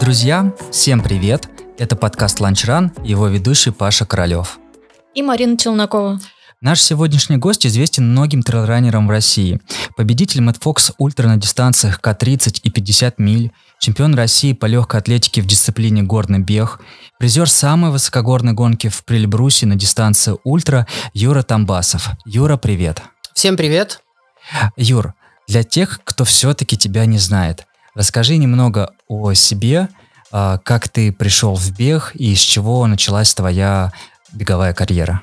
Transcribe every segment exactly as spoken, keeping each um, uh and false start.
Друзья, всем привет! Это подкаст «Ланчран», его ведущий Паша Королев. И Марина Челнокова. Наш сегодняшний гость известен многим трейлранерам в России. Победитель Mad Fox Ультра на дистанциях К тридцать и пятьдесят миль, чемпион России по легкой атлетике в дисциплине горный бег, призер самой высокогорной гонки в Прельбрусе на дистанции Ультра Юра Тамбасов. Юра, привет! Всем привет! Юр, для тех, кто все-таки тебя не знает, расскажи немного о себе, как ты пришел в бег и с чего началась твоя беговая карьера.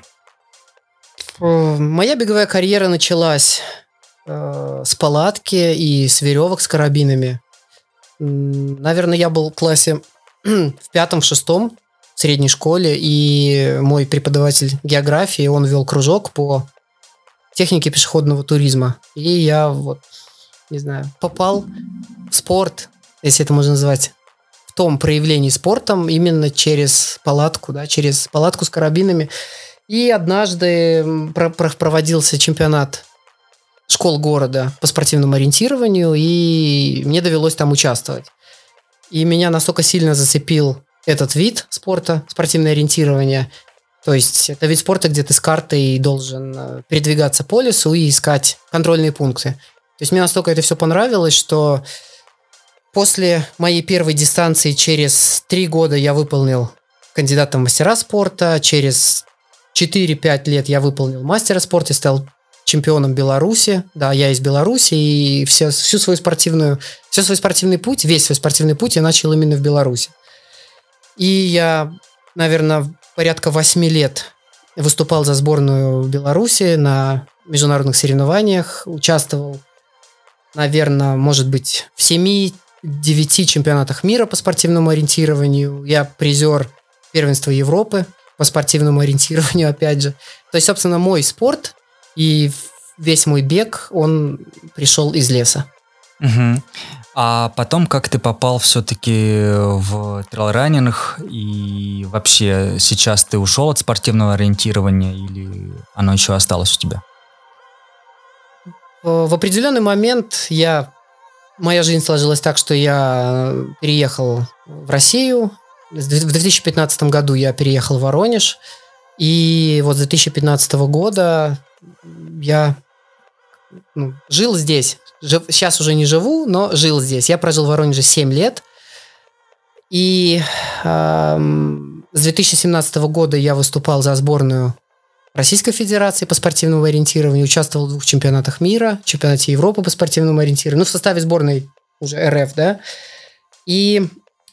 Моя беговая карьера началась э, с палатки и с веревок с карабинами. Наверное, я был в классе в пятом, в шестом в средней школе, и мой преподаватель географии, он вел кружок по технике пешеходного туризма. И я вот, не знаю, попал в спорт, если это можно назвать, в том проявлении спортом, именно через палатку, да, через палатку с карабинами. И однажды проводился чемпионат школ города по спортивному ориентированию, и мне довелось там участвовать. И меня настолько сильно зацепил этот вид спорта, спортивное ориентирование. То есть это вид спорта, где ты с картой должен передвигаться по лесу и искать контрольные пункты. То есть мне настолько это все понравилось, что после моей первой дистанции через три года я выполнил кандидата в мастера спорта, через четыре-пять лет я выполнил мастера спорта и стал чемпионом Беларуси. Да, я из Беларуси, и все, всю свою спортивную, все свой спортивный путь, весь свой спортивный путь я начал именно в Беларуси. И я, наверное, порядка восьми лет выступал за сборную Беларуси на международных соревнованиях, участвовал, наверное, может быть, в семи-девяти чемпионатах мира по спортивному ориентированию. Я призер первенства Европы по спортивному ориентированию, опять же. То есть, собственно, мой спорт и весь мой бег, он пришел из леса. Угу. А потом как ты попал все-таки в трейлранинг, и вообще сейчас ты ушел от спортивного ориентирования или оно еще осталось у тебя? В определенный момент я... моя жизнь сложилась так, что я переехал в Россию. В две тысячи пятнадцатом году я переехал в Воронеж, и вот с две тысячи пятнадцатого года я ну, жил здесь. Жив, сейчас уже не живу, но жил здесь. Я прожил в Воронеже семь лет, и э, с две тысячи семнадцатого года я выступал за сборную Российской Федерации по спортивному ориентированию, участвовал в двух чемпионатах мира, чемпионате Европы по спортивному ориентированию, ну, в составе сборной уже РФ, да, и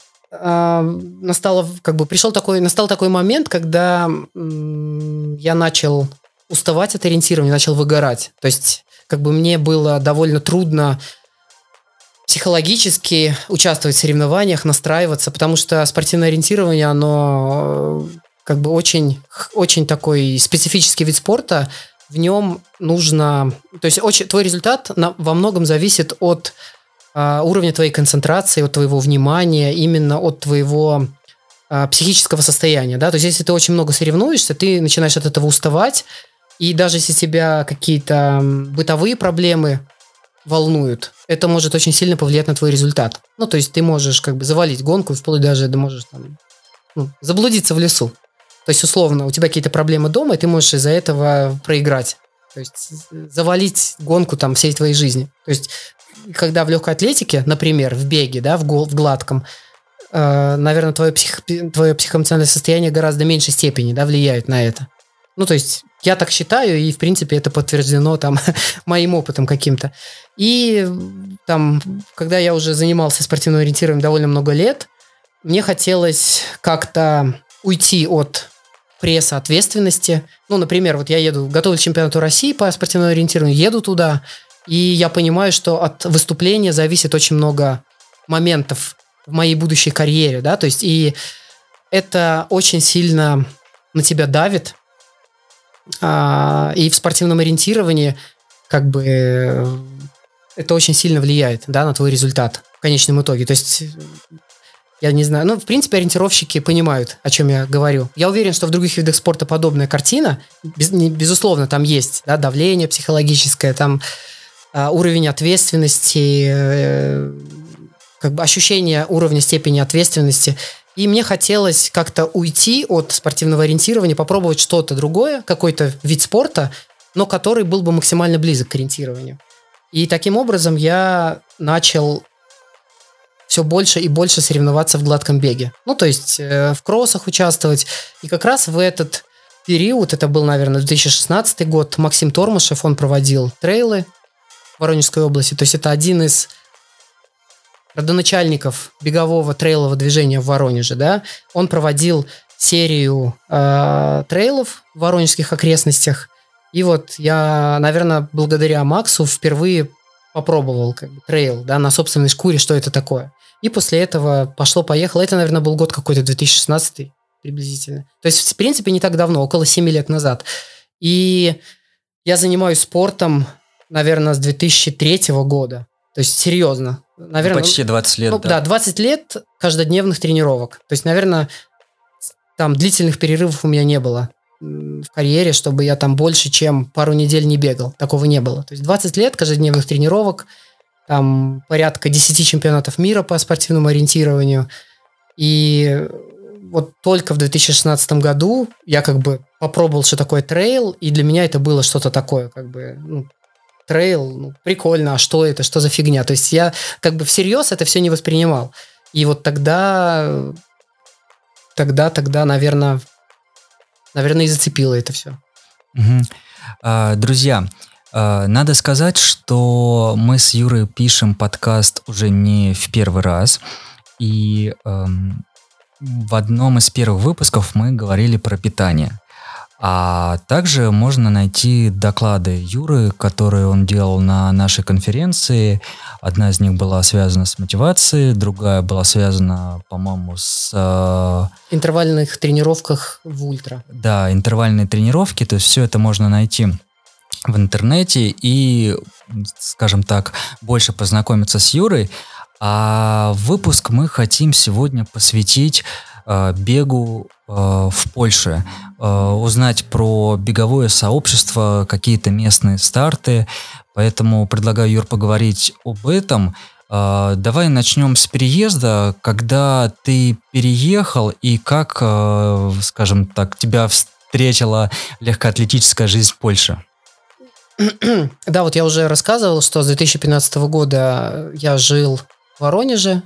настало, как бы пришел такой, настал такой момент, когда м, я начал уставать от ориентирования, начал выгорать. То есть, как бы мне было довольно трудно психологически участвовать в соревнованиях, настраиваться, потому что спортивное ориентирование, оно как бы очень, очень такой специфический вид спорта. В нем нужно... То есть, очень, твой результат на, во многом зависит от уровня твоей концентрации, от твоего внимания, именно от твоего а, психического состояния, да, то есть если ты очень много соревнуешься, ты начинаешь от этого уставать, и даже если тебя какие-то бытовые проблемы волнуют, это может очень сильно повлиять на твой результат. Ну, то есть ты можешь как бы завалить гонку, вплоть даже ты можешь там, ну, заблудиться в лесу. То есть, условно, у тебя какие-то проблемы дома, и ты можешь из-за этого проиграть. То есть завалить гонку там всей твоей жизни. То есть когда в легкой атлетике, например, в беге, да, в, гол, в гладком, э, наверное, твое, псих, твое психоэмоциональное состояние гораздо меньшей степени, да, влияет на это. Ну, то есть я так считаю, и, в принципе, это подтверждено там моим опытом каким-то. И там, когда я уже занимался спортивным ориентированием довольно много лет, мне хотелось как-то уйти от пресса, ответственности. Ну, например, вот я еду, готовлюсь к чемпионату России по спортивному ориентированию, еду туда, и я понимаю, что от выступления зависит очень много моментов в моей будущей карьере, да, то есть и это очень сильно на тебя давит, а, и в спортивном ориентировании как бы это очень сильно влияет, да, на твой результат в конечном итоге, то есть я не знаю, ну, в принципе, ориентировщики понимают, о чем я говорю. Я уверен, что в других видах спорта подобная картина, без, не, безусловно, там есть, да, давление психологическое, там уровень ответственности, как бы ощущение уровня степени ответственности. И мне хотелось как-то уйти от спортивного ориентирования, попробовать что-то другое, какой-то вид спорта, но который был бы максимально близок к ориентированию. И таким образом я начал все больше и больше соревноваться в гладком беге. Ну, то есть э, в кроссах участвовать. И как раз в этот период, это был, наверное, две тысячи шестнадцатый год, Максим Тормышев, он проводил трейлы в Воронежской области. То есть это один из родоначальников бегового трейлового движения в Воронеже. Да? Он проводил серию э, трейлов в воронежских окрестностях. И вот я, наверное, благодаря Максу впервые попробовал как бы, трейл, да, на собственной шкуре, что это такое. И после этого пошло-поехало. Это, наверное, был год какой-то две тысячи шестнадцатый приблизительно. То есть, в принципе, не так давно, около семи лет назад. И я занимаюсь спортом, наверное, с две тысячи третьего года. То есть, серьезно. Наверное, почти двадцать лет, ну, да. Да, двадцать лет каждодневных тренировок. То есть, наверное, там длительных перерывов у меня не было в карьере, чтобы я там больше, чем пару недель не бегал. Такого не было. То есть двадцать лет каждодневных тренировок, там порядка десять чемпионатов мира по спортивному ориентированию. И вот только в две тысячи шестнадцатом году я как бы попробовал, что такое трейл, и для меня это было что-то такое, как бы, ну, трейл, ну, прикольно, а что это, что за фигня? То есть я как бы всерьез это все не воспринимал. И вот тогда, тогда, тогда, наверное, Наверное, и зацепило это все. Угу. А, друзья, а, надо сказать, что мы с Юрой пишем подкаст уже не в первый раз. И эм, в одном из первых выпусков мы говорили про питание. А также можно найти доклады Юры, которые он делал на нашей конференции. Одна из них была связана с мотивацией, другая была связана, по-моему, с... Э... интервальных тренировках в ультра. Да, интервальные тренировки. То есть все это можно найти в интернете и, скажем так, больше познакомиться с Юрой. А выпуск мы хотим сегодня посвятить э, бегу э, в Польше, э, узнать про беговое сообщество, какие-то местные старты. Поэтому предлагаю, Юр, поговорить об этом. Э, давай начнем с переезда. Когда ты переехал и как, э, скажем так, тебя встретила легкоатлетическая жизнь в Польше? Да, вот я уже рассказывал, что с две тысячи пятнадцатого года я жил в Воронеже,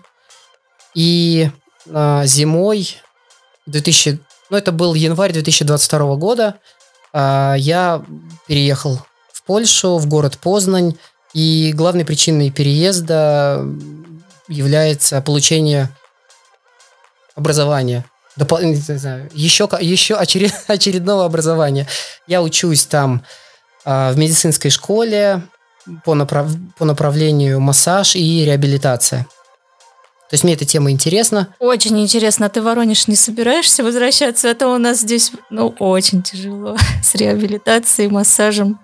и э, зимой две тысячи, ну это был январь две тысячи двадцать второго года, э, я переехал в Польшу, в город Познань, и главной причиной переезда является получение образования, допол- не знаю, еще, еще очеред, очередного образования. Я учусь там э, в медицинской школе, По, направ... по направлению массаж и реабилитация. То есть мне эта тема интересна. Очень интересно. А ты в Воронеж не собираешься возвращаться? Это у нас здесь, ну, очень тяжело с реабилитацией, массажем.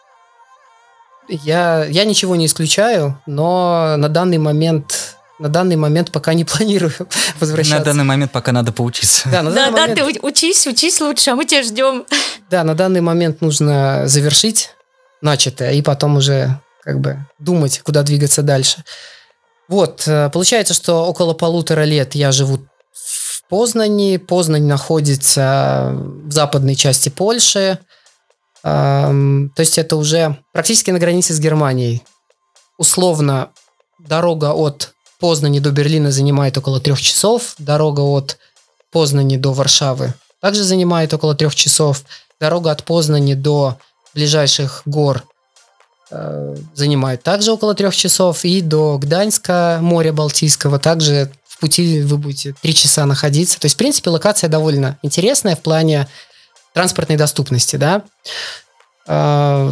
Я, я ничего не исключаю, но на данный момент... На данный момент пока не планирую возвращаться. На данный момент пока надо поучиться. Да, на да, момент... да, ты учись, учись лучше, а мы тебя ждем. Да, на данный момент нужно завершить начатое и потом уже как бы думать, куда двигаться дальше. Вот, получается, что около полутора лет я живу в Познани. Познань находится в западной части Польши. То есть это уже практически на границе с Германией. Условно, дорога от Познани до Берлина занимает около трех часов. Дорога от Познани до Варшавы также занимает около трех часов. Дорога от Познани до ближайших гор э, занимает также около трех часов. И до Гданьска, моря Балтийского, также в пути вы будете три часа находиться. То есть, в принципе, локация довольно интересная в плане транспортной доступности. Да? Э,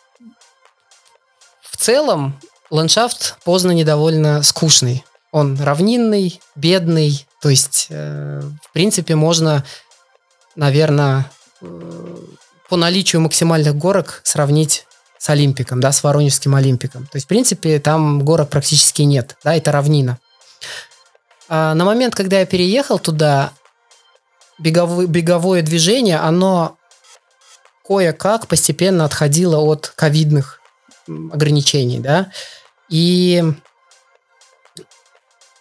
в целом, ландшафт Познани довольно скучный. Он равнинный, бедный. То есть, э, в принципе, можно, наверное, э, по наличию максимальных горок сравнить с Олимпиком, да, с Воронежским Олимпиком. То есть, в принципе, там горок практически нет. Да, это равнина. А на момент, когда я переехал туда, беговое, беговое движение, оно кое-как постепенно отходило от ковидных ограничений, да. И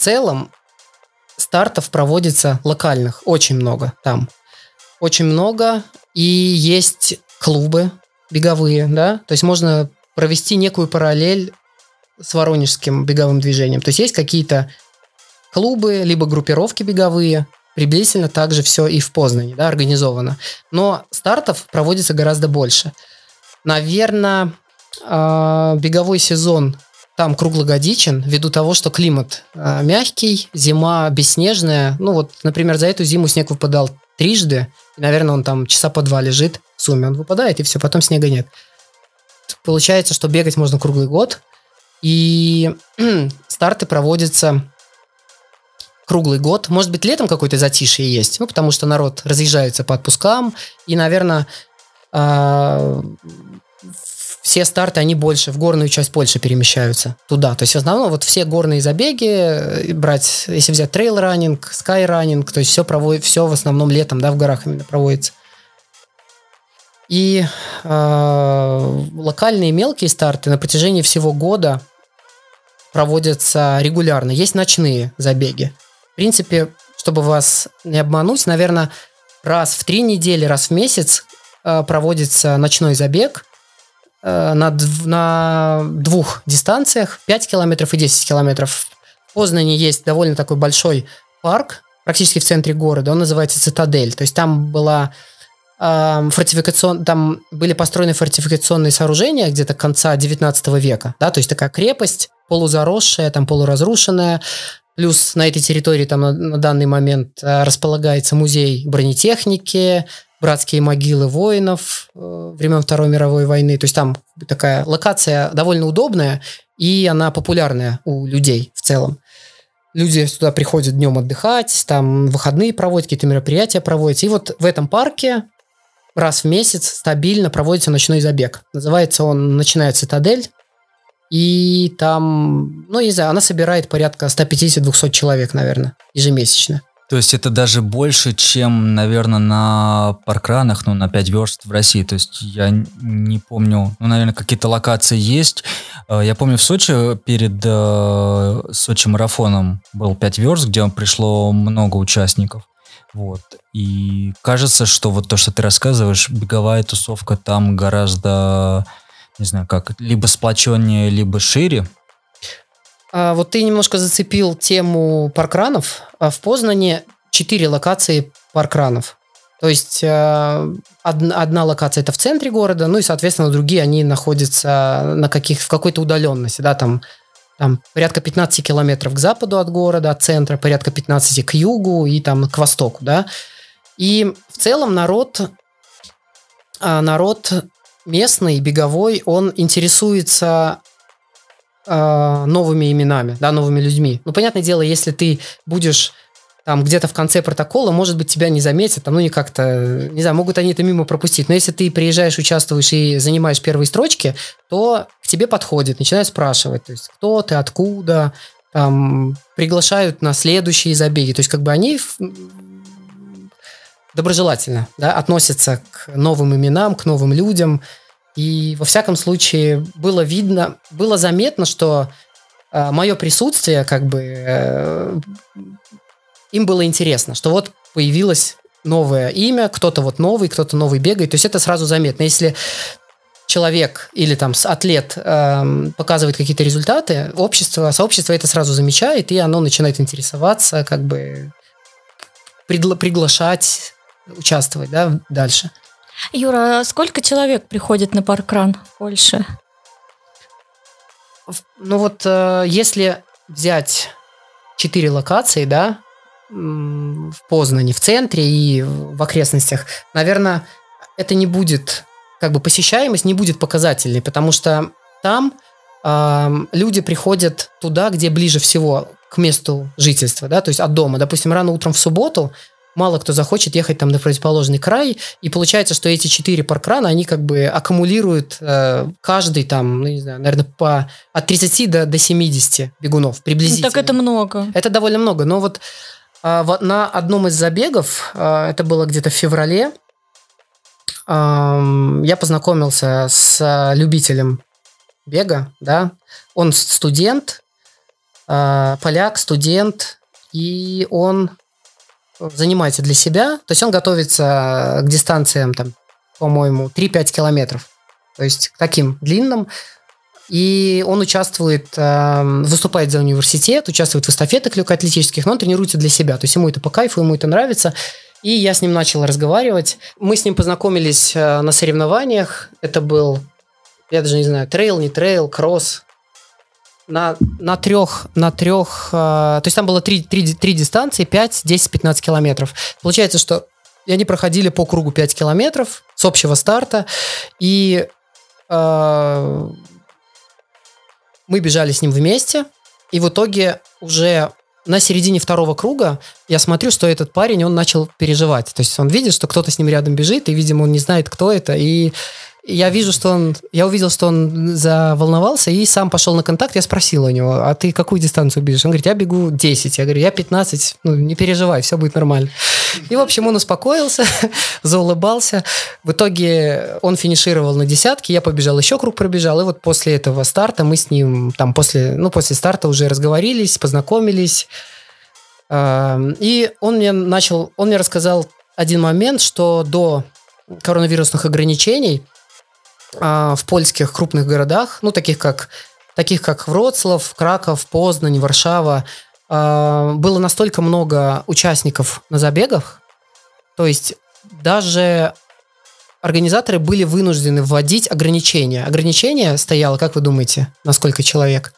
целом стартов проводится локальных очень много там. Очень много. И есть клубы беговые, да, то есть можно провести некую параллель с воронежским беговым движением. То есть есть какие-то клубы, либо группировки беговые, приблизительно так же все и в Познани, да, организовано. Но стартов проводится гораздо больше. Наверное, беговой сезон там круглогодичен, ввиду того, что климат мягкий, зима бесснежная. Ну вот, например, за эту зиму снег выпадал трижды, и, наверное, он там часа по два лежит в сумме. Он выпадает, и все, потом снега нет. Получается, что бегать можно круглый год, и старты проводятся круглый год. Может быть, летом какое-то затишье есть, ну, потому что народ разъезжается по отпускам, и, наверное, все старты, они больше, в горную часть Польши перемещаются туда. То есть, в основном, вот все горные забеги, брать, если взять трейл-раннинг, скай-раннинг, то есть все, проводит, все в основном летом, да, в горах именно проводится. И э, локальные мелкие старты на протяжении всего года проводятся регулярно. Есть ночные забеги. В принципе, чтобы вас не обмануть, наверное, раз в три недели, раз в месяц э, проводится ночной забег э, на, на двух дистанциях, пять километров и десять километров. В Познани есть довольно такой большой парк, практически в центре города, он называется «Цитадель». То есть там была э, фортификацион... там были построены фортификационные сооружения где-то конца девятнадцатого века, да, то есть такая крепость, полузаросшая, там полуразрушенная. Плюс на этой территории там на, на данный момент э, располагается музей бронетехники, братские могилы воинов э, времен Второй мировой войны. То есть там такая локация довольно удобная, и она популярная у людей в целом. Люди сюда приходят днем отдыхать, там выходные проводят, какие-то мероприятия проводятся. И вот в этом парке раз в месяц стабильно проводится ночной забег. Называется он «Ночная цитадель». И там, ну, не знаю, она собирает порядка сто пятьдесят - двести человек, наверное, ежемесячно. То есть это даже больше, чем, наверное, на паркранах, ну, на пять верст в России. То есть я не помню, ну, наверное, какие-то локации есть. Я помню, в Сочи перед э, Сочи-марафоном был пять верст, где пришло много участников. Вот. И кажется, что вот то, что ты рассказываешь, беговая тусовка там гораздо... не знаю, как, либо сплоченнее, либо шире. А, вот ты немножко зацепил тему паркранов. А в Познани четыре локации паркранов. То есть а, одна, одна локация это в центре города, ну и, соответственно, другие, они находятся на каких, в какой-то удаленности, да, там, там порядка пятнадцать километров к западу от города, от центра, порядка пятнадцать к югу и там к востоку, да. И в целом народ, а, народ местный, беговой, он интересуется э, новыми именами, да, новыми людьми. Ну, понятное дело, если ты будешь там где-то в конце протокола, может быть, тебя не заметят, там, ну, не как-то, не знаю, могут они это мимо пропустить. Но если ты приезжаешь, участвуешь и занимаешь первые строчки, то к тебе подходят, начинают спрашивать, то есть, кто ты, откуда, там, приглашают на следующие забеги. То есть, как бы они доброжелательно, да, относятся к новым именам, к новым людям. И во всяком случае было видно, было заметно, что э, мое присутствие, как бы, э, им было интересно, что вот появилось новое имя, кто-то вот новый, кто-то новый бегает. То есть это сразу заметно. Если человек или там атлет э, показывает какие-то результаты, общество, сообщество это сразу замечает, и оно начинает интересоваться, как бы пригла- приглашать участвовать, да, дальше. Юра, а сколько человек приходит на паркран в Польше? Ну вот, э, если взять четыре локации, да, в Познани, в центре и в окрестностях, наверное, это не будет, как бы посещаемость не будет показательной, потому что там э, люди приходят туда, где ближе всего к месту жительства, да, то есть от дома. Допустим, рано утром в субботу мало кто захочет ехать там на противоположный край, и получается, что эти четыре паркрана, они как бы аккумулируют э, каждый там, ну, не знаю, наверное, по, от тридцати до, до семидесяти бегунов приблизительно. Так это много. Это довольно много, но вот э, в, на одном из забегов, э, это было где-то в феврале, э, я познакомился с любителем бега, да, он студент, э, поляк, студент, и он занимается для себя, то есть он готовится к дистанциям, там, по-моему, три-пять километров, то есть к таким длинным, и он участвует, э, выступает за университет, участвует в эстафетах легкоатлетических, но он тренируется для себя, то есть ему это по кайфу, ему это нравится, и я с ним начал разговаривать, мы с ним познакомились э, на соревнованиях, это был, я даже не знаю, трейл, не трейл, кросс, На, на трех, на трех, э, то есть там было три, три, три дистанции, пять, десять, пятнадцать километров. Получается, что они проходили по кругу пять километров с общего старта, и э, мы бежали с ним вместе, и в итоге уже на середине второго круга я смотрю, что этот парень, он начал переживать. То есть он видит, что кто-то с ним рядом бежит, и, видимо, он не знает, кто это, и Я вижу, что он, я увидел, что он заволновался и сам пошел на контакт. Я спросил у него, а ты какую дистанцию бежишь? Он говорит, я бегу десять. Я говорю, я пятнадцать. Ну, не переживай, все будет нормально. И, в общем, он успокоился, заулыбался. В итоге он финишировал на десятке, я побежал, еще круг пробежал. И вот после этого старта мы с ним, там, после, ну, после старта уже разговорились, познакомились. И он мне начал, он мне рассказал один момент, что до коронавирусных ограничений в польских крупных городах, ну, таких как, таких как Вроцлав, Краков, Познань, Варшава, было настолько много участников на забегах, то есть даже организаторы были вынуждены вводить ограничения. Ограничение стояло, как вы думаете, на сколько человек?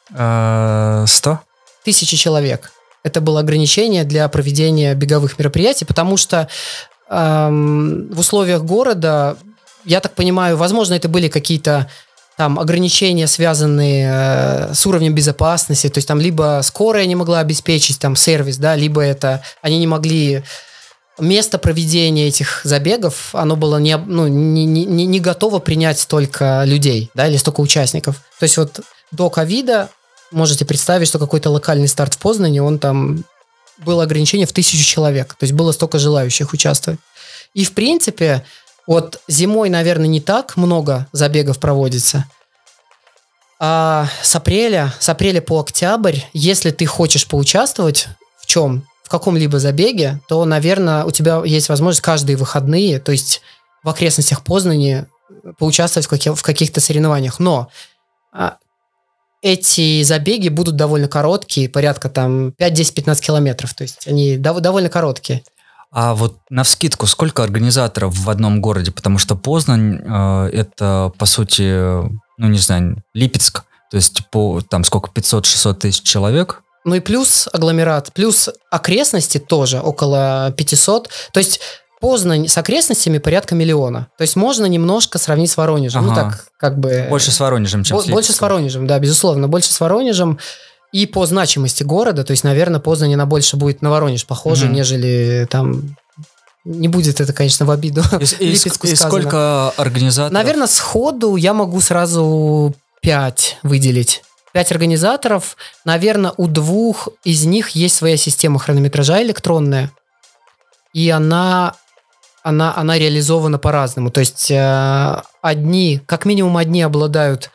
Сто? Тысячи человек. Это было ограничение для проведения беговых мероприятий, потому что эм, в условиях города, я так понимаю, возможно, это были какие-то там ограничения, связанные э, с уровнем безопасности, то есть там либо скорая не могла обеспечить там сервис, да, либо это они не могли... Место проведения этих забегов, оно было не, ну, не, не, не готово принять столько людей, да, или столько участников. То есть вот до ковида можете представить, что какой-то локальный старт в Познане, он там... Было ограничение в тысячу человек, то есть было столько желающих участвовать. И, в принципе, вот зимой, наверное, не так много забегов проводится, а с апреля, с апреля по октябрь, если ты хочешь поучаствовать в чем? В каком-либо забеге, то, наверное, у тебя есть возможность каждые выходные, то есть в окрестностях Познани, поучаствовать в, каких- в каких-то соревнованиях. Но а, эти забеги будут довольно короткие, порядка там пять, десять, пятнадцать километров, то есть они дов- довольно короткие. А вот навскидку, сколько организаторов в одном городе? Потому что Познань э, это, по сути, ну, не знаю, Липецк, то есть по, там сколько, пятьсот-шестьсот тысяч человек? Ну и плюс агломерат, плюс окрестности тоже около пятьсот. То есть Познань с окрестностями порядка миллиона. То есть можно немножко сравнить с Воронежем. Ага. Ну так, как бы... Больше с Воронежем, чем Бо- с Больше Липецком. с Воронежем, да, безусловно. Больше с Воронежем. И по значимости города, то есть, наверное, Познань, она больше будет на Воронеж похожа, Мгм. нежели там... Не будет это, конечно, в обиду И, и, Липецку и сказано. сколько организаторов? Наверное, сходу я могу сразу пять выделить. Пять организаторов. Наверное, у двух из них есть своя система хронометража электронная. И она, она, она реализована по-разному. То есть э, одни, как минимум одни обладают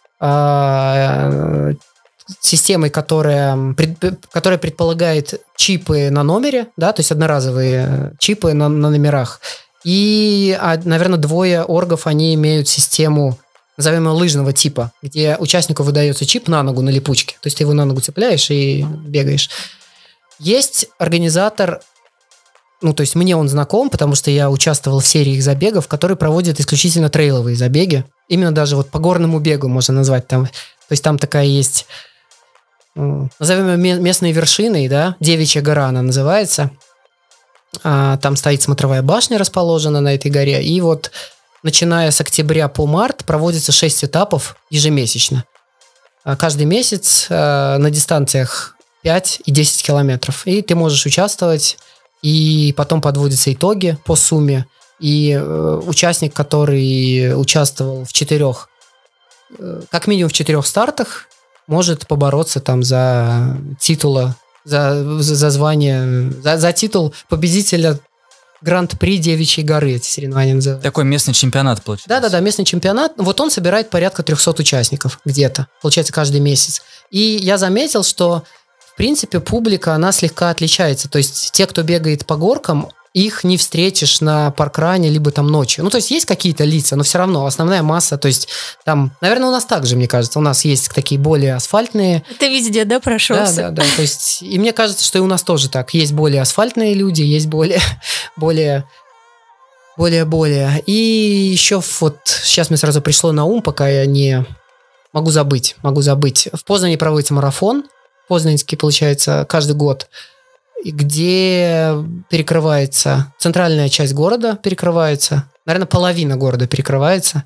э, системой, которая, пред, которая предполагает чипы на номере, да, то есть одноразовые чипы на, на номерах. И, наверное, двое оргов, они имеют систему, назовем ее лыжного типа, где участнику выдается чип на ногу на липучке. То есть ты его на ногу цепляешь и бегаешь. Есть организатор, ну, то есть мне он знаком, потому что я участвовал в серии их забегов, которые проводят исключительно трейловые забеги. Именно даже вот по горному бегу можно назвать там. То есть там такая есть, назовем ее местной вершиной, да, Девичья гора она называется. А, там стоит смотровая башня, расположена на этой горе. И вот начиная с октября по март проводится шесть этапов ежемесячно. Каждый месяц э, на дистанциях пять и десять километров. И ты можешь участвовать, и потом подводятся итоги по сумме. И э, участник, который участвовал в четырех, э, как минимум в четырех стартах, может побороться там за титула, за, за, за звание, за, за титул победителя Гран-при Девичьей горы, эти соревнования называются. Такой местный чемпионат, получается. Да-да-да, местный чемпионат. Вот он собирает порядка трехсот участников где-то, получается, каждый месяц. И я заметил, что, в принципе, публика, она слегка отличается. То есть те, кто бегает по горкам, их не встретишь на паркране, либо там ночью. Ну, то есть есть какие-то лица, но все равно основная масса, то есть там, наверное, у нас так же, мне кажется, у нас есть такие более асфальтные. Ты везде, да, прошелся? Да, да, да, то есть, и мне кажется, что и у нас тоже так. Есть более асфальтные люди, есть более, более, более, более. И еще вот сейчас мне сразу пришло на ум, пока я не могу забыть, могу забыть. В Познане проводится марафон, познанский, получается, каждый год, где перекрывается центральная часть города, перекрывается, наверное, половина города перекрывается,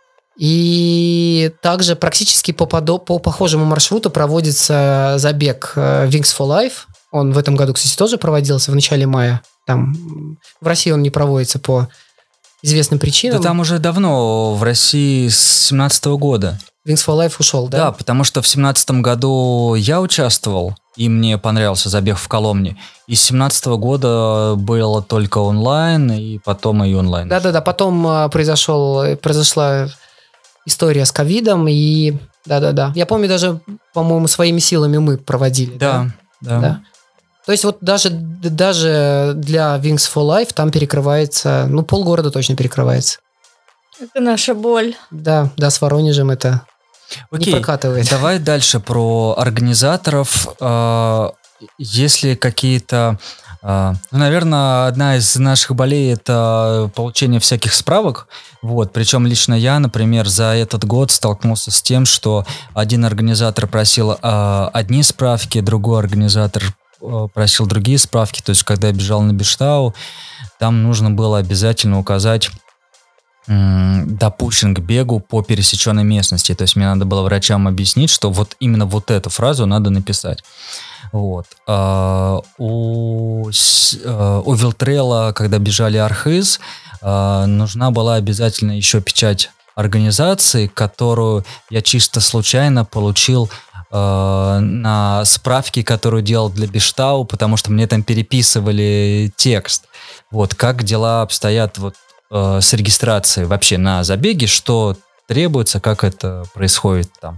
и также практически по, подо- по похожему маршруту проводится забег Wings for Life. Он в этом году, кстати, тоже проводился в начале мая. Там в России он не проводится по известным причинам. Да там уже давно в России с семнадцатого года. Wings for Life ушел, да? Да, потому что в семнадцатом году я участвовал, и мне понравился забег в Коломне. И с семнадцатого года было только онлайн, и потом и онлайн. Да-да-да, потом произошел, произошла история с ковидом, и да-да-да. Я помню, даже, по-моему, своими силами мы проводили. Да, да. да. да. То есть вот даже, даже для Wings for Life там перекрывается, ну, полгорода точно перекрывается. Это наша боль. Да, да, с Воронежем это Окей, не прокатывает. Давай дальше про организаторов. Есть ли какие-то... Ну, наверное, одна из наших болей – это получение всяких справок. Вот. Причем лично я, например, за этот год столкнулся с тем, что один организатор просил одни справки, другой организатор просил другие справки. То есть, когда я бежал на Биштау, там нужно было обязательно указать допущен к бегу по пересеченной местности. То есть мне надо было врачам объяснить, что вот именно вот эту фразу надо написать. Вот. А, у, а, у Вилтрейла, когда бежали Архыз, а, нужна была обязательно еще печать организации, которую я чисто случайно получил а, на справке, которую делал для Биштау, потому что мне там переписывали текст. Вот. Как дела обстоят вот с регистрацией вообще на забеге, что требуется, как это происходит там?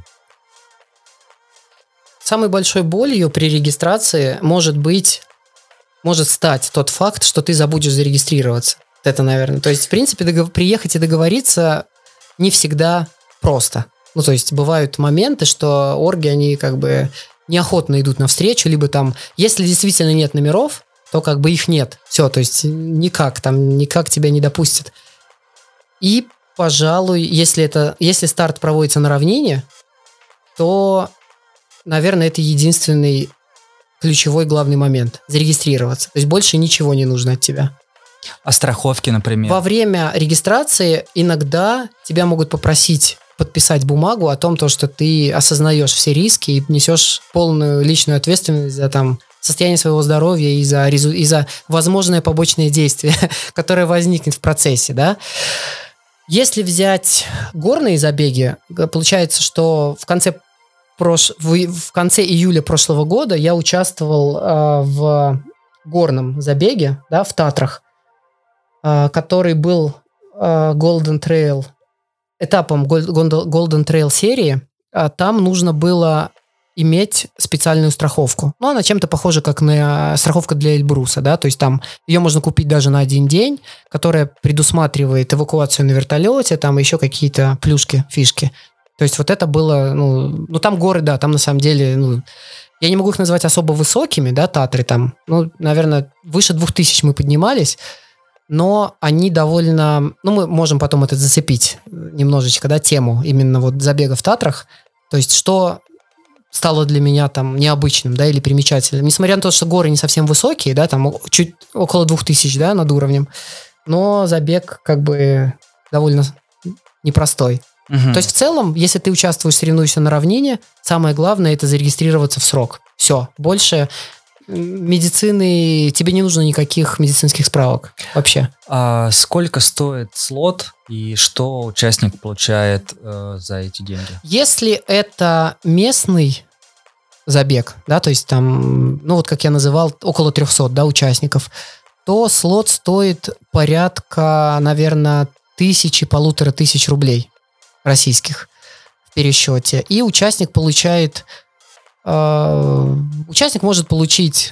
Самой большой болью при регистрации может быть, может стать тот факт, что ты забудешь зарегистрироваться. Это, наверное. То есть, в принципе, договор- приехать и договориться не всегда просто. Ну, то есть, бывают моменты, что орги, они как бы неохотно идут навстречу, либо там, если действительно нет номеров, то как бы их нет. Все, то есть никак, там никак тебя не допустят. И, пожалуй, если, это, если старт проводится на равнине, то, наверное, это единственный ключевой главный момент. Зарегистрироваться. То есть больше ничего не нужно от тебя. А страховки, например? Во время регистрации иногда тебя могут попросить подписать бумагу о том, что ты осознаешь все риски и несешь полную личную ответственность за там состояние своего здоровья и за, резу... и за возможное побочное действие, которое возникнет в процессе, да. Если взять горные забеги, получается, что в конце, прош... в конце июля прошлого года я участвовал э, в горном забеге, да, в Татрах, э, который был э, Golden Trail, этапом Golden Trail серии. Э, там нужно было иметь специальную страховку. Ну, она чем-то похожа, как на страховка для Эльбруса, да, то есть там ее можно купить даже на один день, которая предусматривает эвакуацию на вертолете, там еще какие-то плюшки, фишки. То есть вот это было, ну, ну там горы, да, там на самом деле, ну, я не могу их назвать особо высокими, да, Татры там, ну, наверное, выше двух тысяч мы поднимались, но они довольно, ну, мы можем потом это зацепить немножечко, да, тему именно вот забега в Татрах, то есть что стало для меня там необычным, да, или примечательным. Несмотря на то, что горы не совсем высокие, да, там чуть около двух тысяч, да, над уровнем, но забег как бы довольно непростой. Угу. То есть в целом, если ты участвуешь, соревнуешься на равнине, самое главное это зарегистрироваться в срок. Все. Больше медицины, тебе не нужно никаких медицинских справок вообще. А сколько стоит слот и что участник получает э, за эти деньги? Если это местный забег, да, то есть там, ну вот как я называл, около трехсот, да, участников, то слот стоит порядка, наверное, тысячи, полутора тысяч рублей российских в пересчете. И участник получает... Э, участник может получить,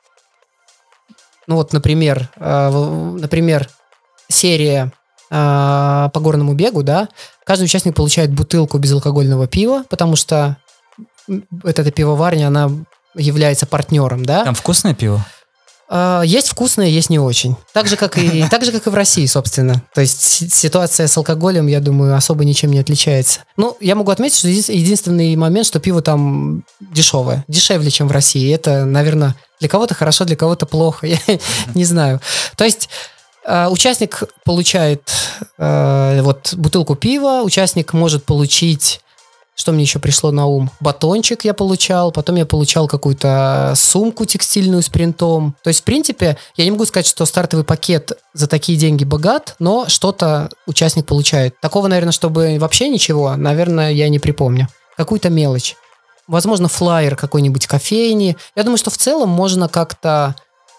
ну вот, например, э, например, серия э, по горному бегу, да, каждый участник получает бутылку безалкогольного пива, потому что вот эта пивоварня, она является партнером, да. Там вкусное пиво? Есть вкусное, есть не очень. Так же, как и, так же, как и в России, собственно. То есть ситуация с алкоголем, я думаю, особо ничем не отличается. Ну, я могу отметить, что единственный момент, что пиво там дешевое. Дешевле, чем в России. Это, наверное, для кого-то хорошо, для кого-то плохо. Я не знаю. То есть участник получает вот бутылку пива, участник может получить... Что мне еще пришло на ум? Батончик я получал, потом я получал какую-то сумку текстильную с принтом. То есть, в принципе, я не могу сказать, что стартовый пакет за такие деньги богат, но что-то участник получает. Такого, наверное, чтобы вообще ничего, наверное, я не припомню. Какую-то мелочь. Возможно, флаер какой-нибудь кофейни. Я думаю, что в целом можно как-то...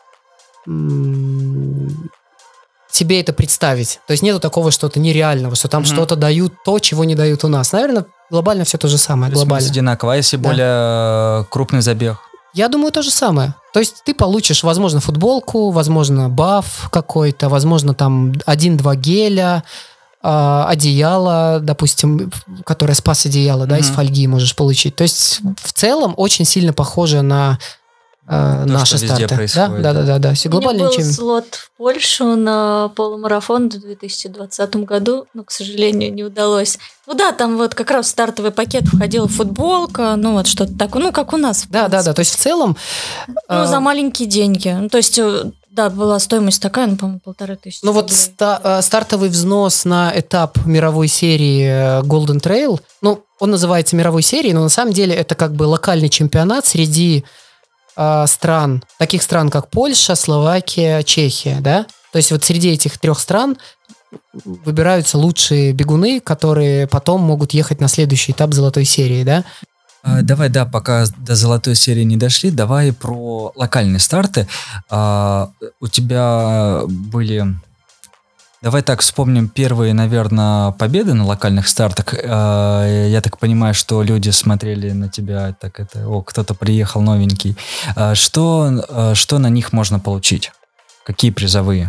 М- себе это представить. То есть нету такого что-то нереального, что там mm-hmm. что-то дают то, чего не дают у нас. Наверное, глобально все то же самое. Глобально. Одинаково. А если да. более крупный забег? Я думаю, то же самое. То есть ты получишь, возможно, футболку, возможно, баф какой-то, возможно, там один-два геля, э, одеяло, допустим, которое спас одеяло, mm-hmm. да, из фольги можешь получить. То есть в целом очень сильно похоже на То, наши старты. Да, да, да, да, да. Все глобально. У меня был слот в Польшу на полумарафон в две тысячи двадцатом году, но, к сожалению, не удалось. Ну да, там вот как раз в стартовый пакет входила футболка, ну вот что-то такое, ну как у нас. Да, да, да. То есть в целом. Ну э... за маленькие деньги. Ну, то есть да, была стоимость такая, ну по-моему, полторы тысячи. Ну вот ста- стартовый взнос на этап мировой серии Golden Trail, ну он называется мировой серией, но на самом деле это как бы локальный чемпионат среди стран, таких стран, как Польша, Словакия, Чехия, да? То есть вот среди этих трех стран выбираются лучшие бегуны, которые потом могут ехать на следующий этап золотой серии, да? А, давай, да, пока до золотой серии не дошли, давай про локальные старты. А, у тебя были... Давай так вспомним первые, наверное, победы на локальных стартах. Я так понимаю, что люди смотрели на тебя, так это, о, кто-то приехал новенький. Что, что на них можно получить? Какие призовые?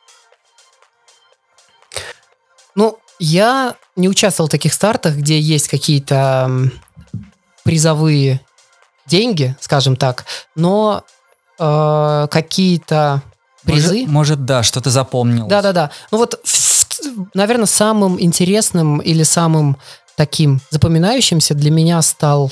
Ну, я не участвовал в таких стартах, где есть какие-то призовые деньги, скажем так, но э, какие-то... Призы? Может, может, да, что-то запомнил. Да-да-да. Ну вот, в, наверное, самым интересным или самым таким запоминающимся для меня стал,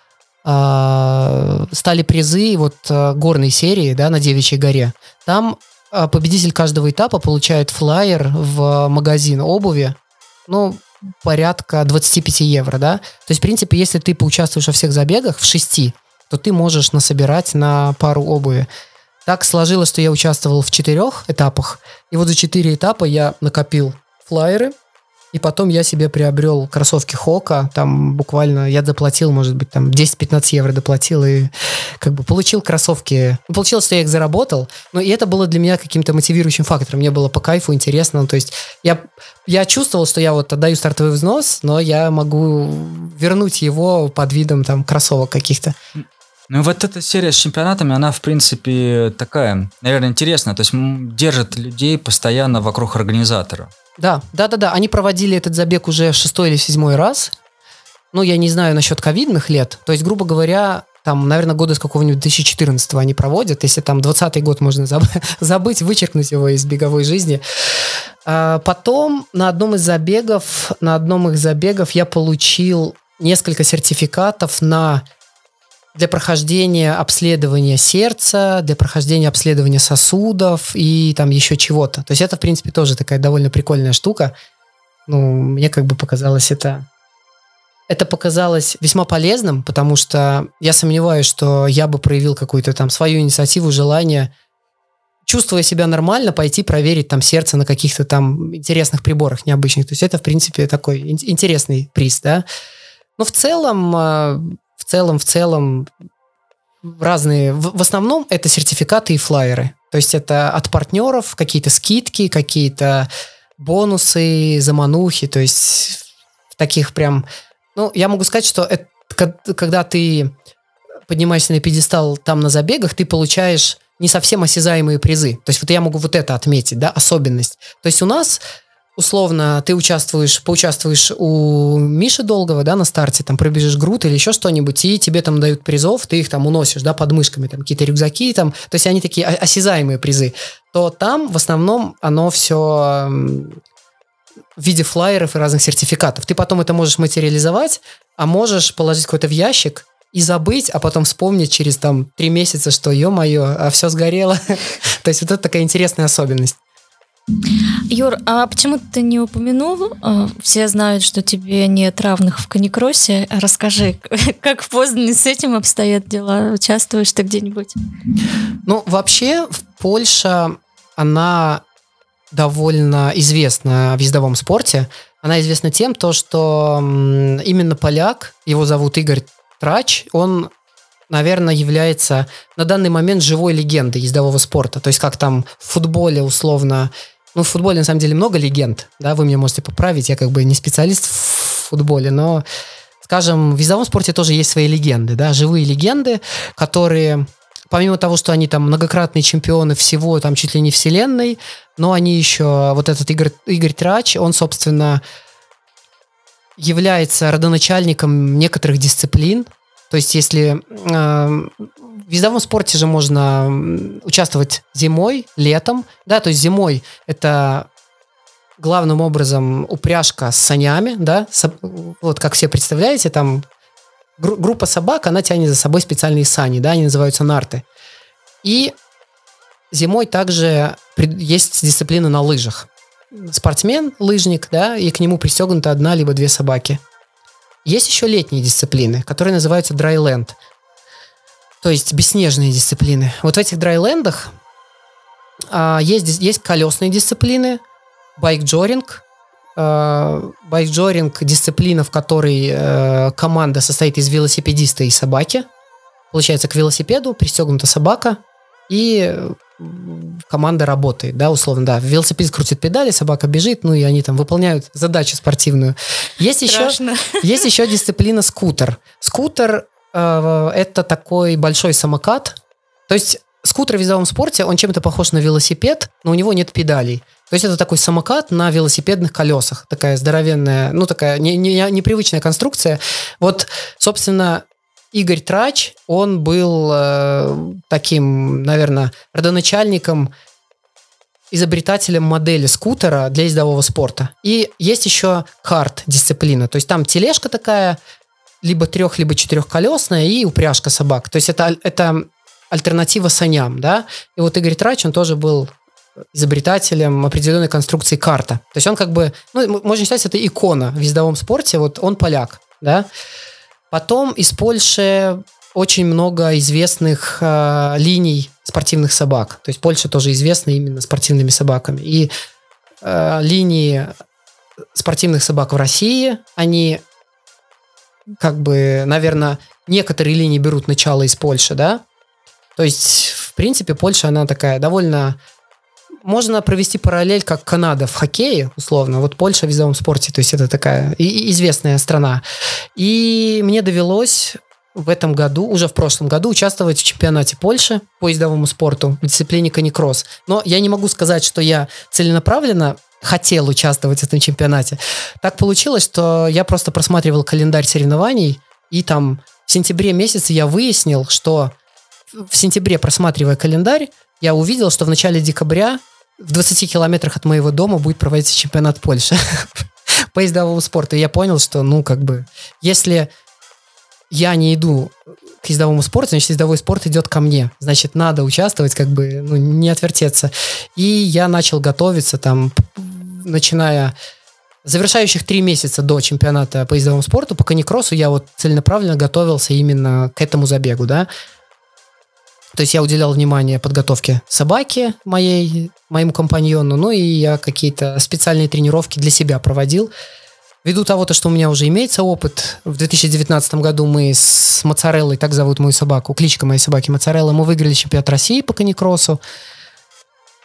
э, стали призы вот э, горной серии, да, на Девичьей горе. Там э, победитель каждого этапа получает флаер в магазин обуви, ну, порядка двадцать пять евро, да. То есть, в принципе, если ты поучаствуешь во всех забегах, в шести, то ты можешь насобирать на пару обуви. Так сложилось, что я участвовал в четырех этапах, и вот за четыре этапа я накопил флаеры, и потом я себе приобрел кроссовки Хока, там буквально я доплатил, может быть, там десять-пятнадцать евро доплатил, и как бы получил кроссовки. Ну, получилось, что я их заработал, но и это было для меня каким-то мотивирующим фактором, мне было по кайфу, интересно, ну, то есть я, я чувствовал, что я вот отдаю стартовый взнос, но я могу вернуть его под видом там кроссовок каких-то. Ну, вот эта серия с чемпионатами, она, в принципе, такая, наверное, интересная. То есть держит людей постоянно вокруг организатора. Да, да-да-да. Они проводили этот забег уже шестой или седьмой раз. Ну, я не знаю насчет ковидных лет. То есть, грубо говоря, там, наверное, года с какого-нибудь две тысячи четырнадцатого они проводят. Если там двадцатый год можно заб- забыть, вычеркнуть его из беговой жизни. А потом на одном из забегов, на одном из забегов я получил несколько сертификатов на... для прохождения обследования сердца, для прохождения обследования сосудов и там еще чего-то. То есть это, в принципе, тоже такая довольно прикольная штука. Ну, мне как бы показалось это... Это показалось весьма полезным, потому что я сомневаюсь, что я бы проявил какую-то там свою инициативу, желание, чувствуя себя нормально, пойти проверить там сердце на каких-то там интересных приборах необычных. То есть это, в принципе, такой интересный приз, да. Но в целом... В целом, в целом, разные... В, в основном это сертификаты и флаеры. То есть это от партнеров какие-то скидки, какие-то бонусы, заманухи. То есть в таких прям... Ну, я могу сказать, что это, когда ты поднимаешься на пьедестал там на забегах, ты получаешь не совсем осязаемые призы. То есть вот я могу вот это отметить, да, особенность. То есть у нас... Условно, ты участвуешь, поучаствуешь у Миши Долгого, да, на старте, там пробежишь груд или еще что-нибудь, и тебе там дают призов, ты их там уносишь, да, под мышками, там какие-то рюкзаки, там, то есть они такие осязаемые призы, то там в основном оно все в виде флаеров и разных сертификатов. Ты потом это можешь материализовать, а можешь положить какой-то в ящик и забыть, а потом вспомнить через там три месяца, что, ё-моё, а все сгорело. То есть вот это такая интересная особенность. Юр, а почему ты не упомянул? Все знают, что тебе нет равных в каникроссе. Расскажи, как в Познане с этим обстоят дела? Участвуешь ты где-нибудь? Ну, вообще, Польша, она довольно известна в ездовом спорте. Она известна тем, то, что именно поляк, его зовут Игорь Трач, он, наверное, является на данный момент живой легендой ездового спорта. То есть, как там в футболе условно... Ну, в футболе, на самом деле, много легенд, да, вы меня можете поправить, я как бы не специалист в футболе, но, скажем, в ездовом спорте тоже есть свои легенды, да, живые легенды, которые, помимо того, что они там многократные чемпионы всего, там, чуть ли не вселенной, но они еще, вот этот Игорь, Игорь Трач, он, собственно, является родоначальником некоторых дисциплин. То есть, если э, в ездовом спорте же можно участвовать зимой, летом, да, то есть зимой это главным образом упряжка с санями, да, со, вот как все представляете, там гру- группа собак, она тянет за собой специальные сани, да, они называются нарты. И зимой также есть дисциплина на лыжах. Спортсмен, лыжник, да, и к нему пристегнута одна либо две собаки. Есть еще летние дисциплины, которые называются драйленд, то есть бесснежные дисциплины. Вот в этих драйлендах а, есть, есть колесные дисциплины, байк-джоринг. А, байк-джоринг – дисциплина, в которой а, команда состоит из велосипедиста и собаки. Получается, к велосипеду пристегнута собака, и команда работает, да, условно, да. Велосипед крутит педали, собака бежит, ну и они там выполняют задачу спортивную. Есть еще, есть еще дисциплина скутер. Скутер э, это такой большой самокат. То есть скутер в ездовом спорте, он чем-то похож на велосипед, но у него нет педалей. То есть это такой самокат на велосипедных колесах. Такая здоровенная, ну такая не, не, непривычная конструкция. Вот, собственно, Игорь Трач, он был э, таким, наверное, родоначальником, изобретателем модели скутера для ездового спорта. И есть еще карт-дисциплина. То есть там тележка такая, либо трех, либо четырехколесная, и упряжка собак. То есть это, это альтернатива саням, да. И вот Игорь Трач, он тоже был изобретателем определенной конструкции карта. То есть он как бы, ну, можно считать, это икона в ездовом спорте. Вот он поляк, да. Потом из Польши очень много известных э, линий спортивных собак. То есть Польша тоже известна именно спортивными собаками. И э, линии спортивных собак в России, они как бы, наверное, некоторые линии берут начало из Польши, да? То есть, в принципе, Польша, она такая довольно... Можно провести параллель, как Канада в хоккее, условно. Вот Польша в ездовом спорте, то есть это такая известная страна. И мне довелось в этом году, уже в прошлом году, участвовать в чемпионате Польши по ездовому спорту в дисциплине каникросс. Но я не могу сказать, что я целенаправленно хотел участвовать в этом чемпионате. Так получилось, что я просто просматривал календарь соревнований, и там в сентябре месяце я выяснил, что в сентябре, просматривая календарь, я увидел, что в начале декабря в двадцати километрах от моего дома будет проводиться чемпионат Польши по ездовому спорту. И я понял, что, ну, как бы, если я не иду к ездовому спорту, значит, ездовой спорт идет ко мне. Значит, надо участвовать, как бы, ну, не отвертеться. И я начал готовиться, там, начиная... Завершающих три месяца до чемпионата по ездовому спорту, по каникроссу, я вот целенаправленно готовился именно к этому забегу, да. То есть я уделял внимание подготовке собаки моей, моему компаньону, ну и я какие-то специальные тренировки для себя проводил. Ввиду того, что у меня уже имеется опыт, в две тысячи девятнадцатом году мы с Моцареллой, так зовут мою собаку, кличка моей собаки Моцарелла, мы выиграли чемпионат России по каникроссу.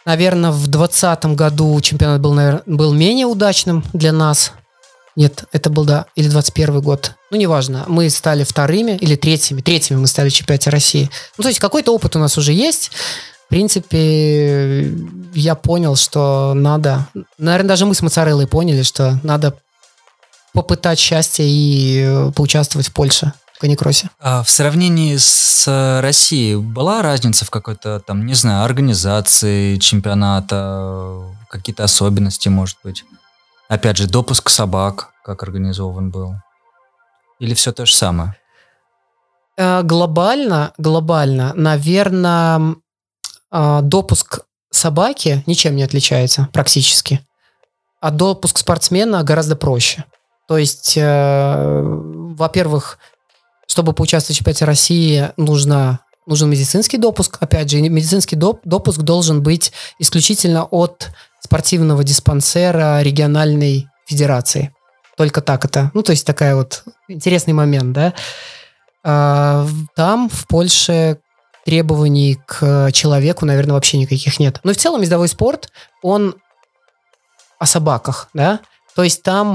Наверное, в двадцатом году чемпионат был, наверное, был менее удачным для нас. Нет, это был, да, или двадцать первый год. Ну, неважно. Мы стали вторыми или третьими. Третьими мы стали в чемпионате России. Ну, то есть какой-то опыт у нас уже есть. В принципе, я понял, что надо... Наверное, даже мы с Моцареллой поняли, что надо попытать счастье и поучаствовать в Польше, в каникроссе. А в сравнении с Россией была разница в какой-то, там, не знаю, организации чемпионата, какие-то особенности, может быть? Опять же, допуск собак, как организован был? Или все то же самое? Глобально, глобально, наверное, допуск собаки ничем не отличается практически. А допуск спортсмена гораздо проще. То есть, во-первых, чтобы поучаствовать в чемпионате России, нужно, нужен медицинский допуск. Опять же, медицинский доп, допуск должен быть исключительно от спортивного диспансера региональной федерации. Только так это. Ну, то есть, такая вот интересный момент, да. А, там, в Польше, требований к человеку, наверное, вообще никаких нет. Но в целом ездовой спорт, он о собаках, да. То есть, там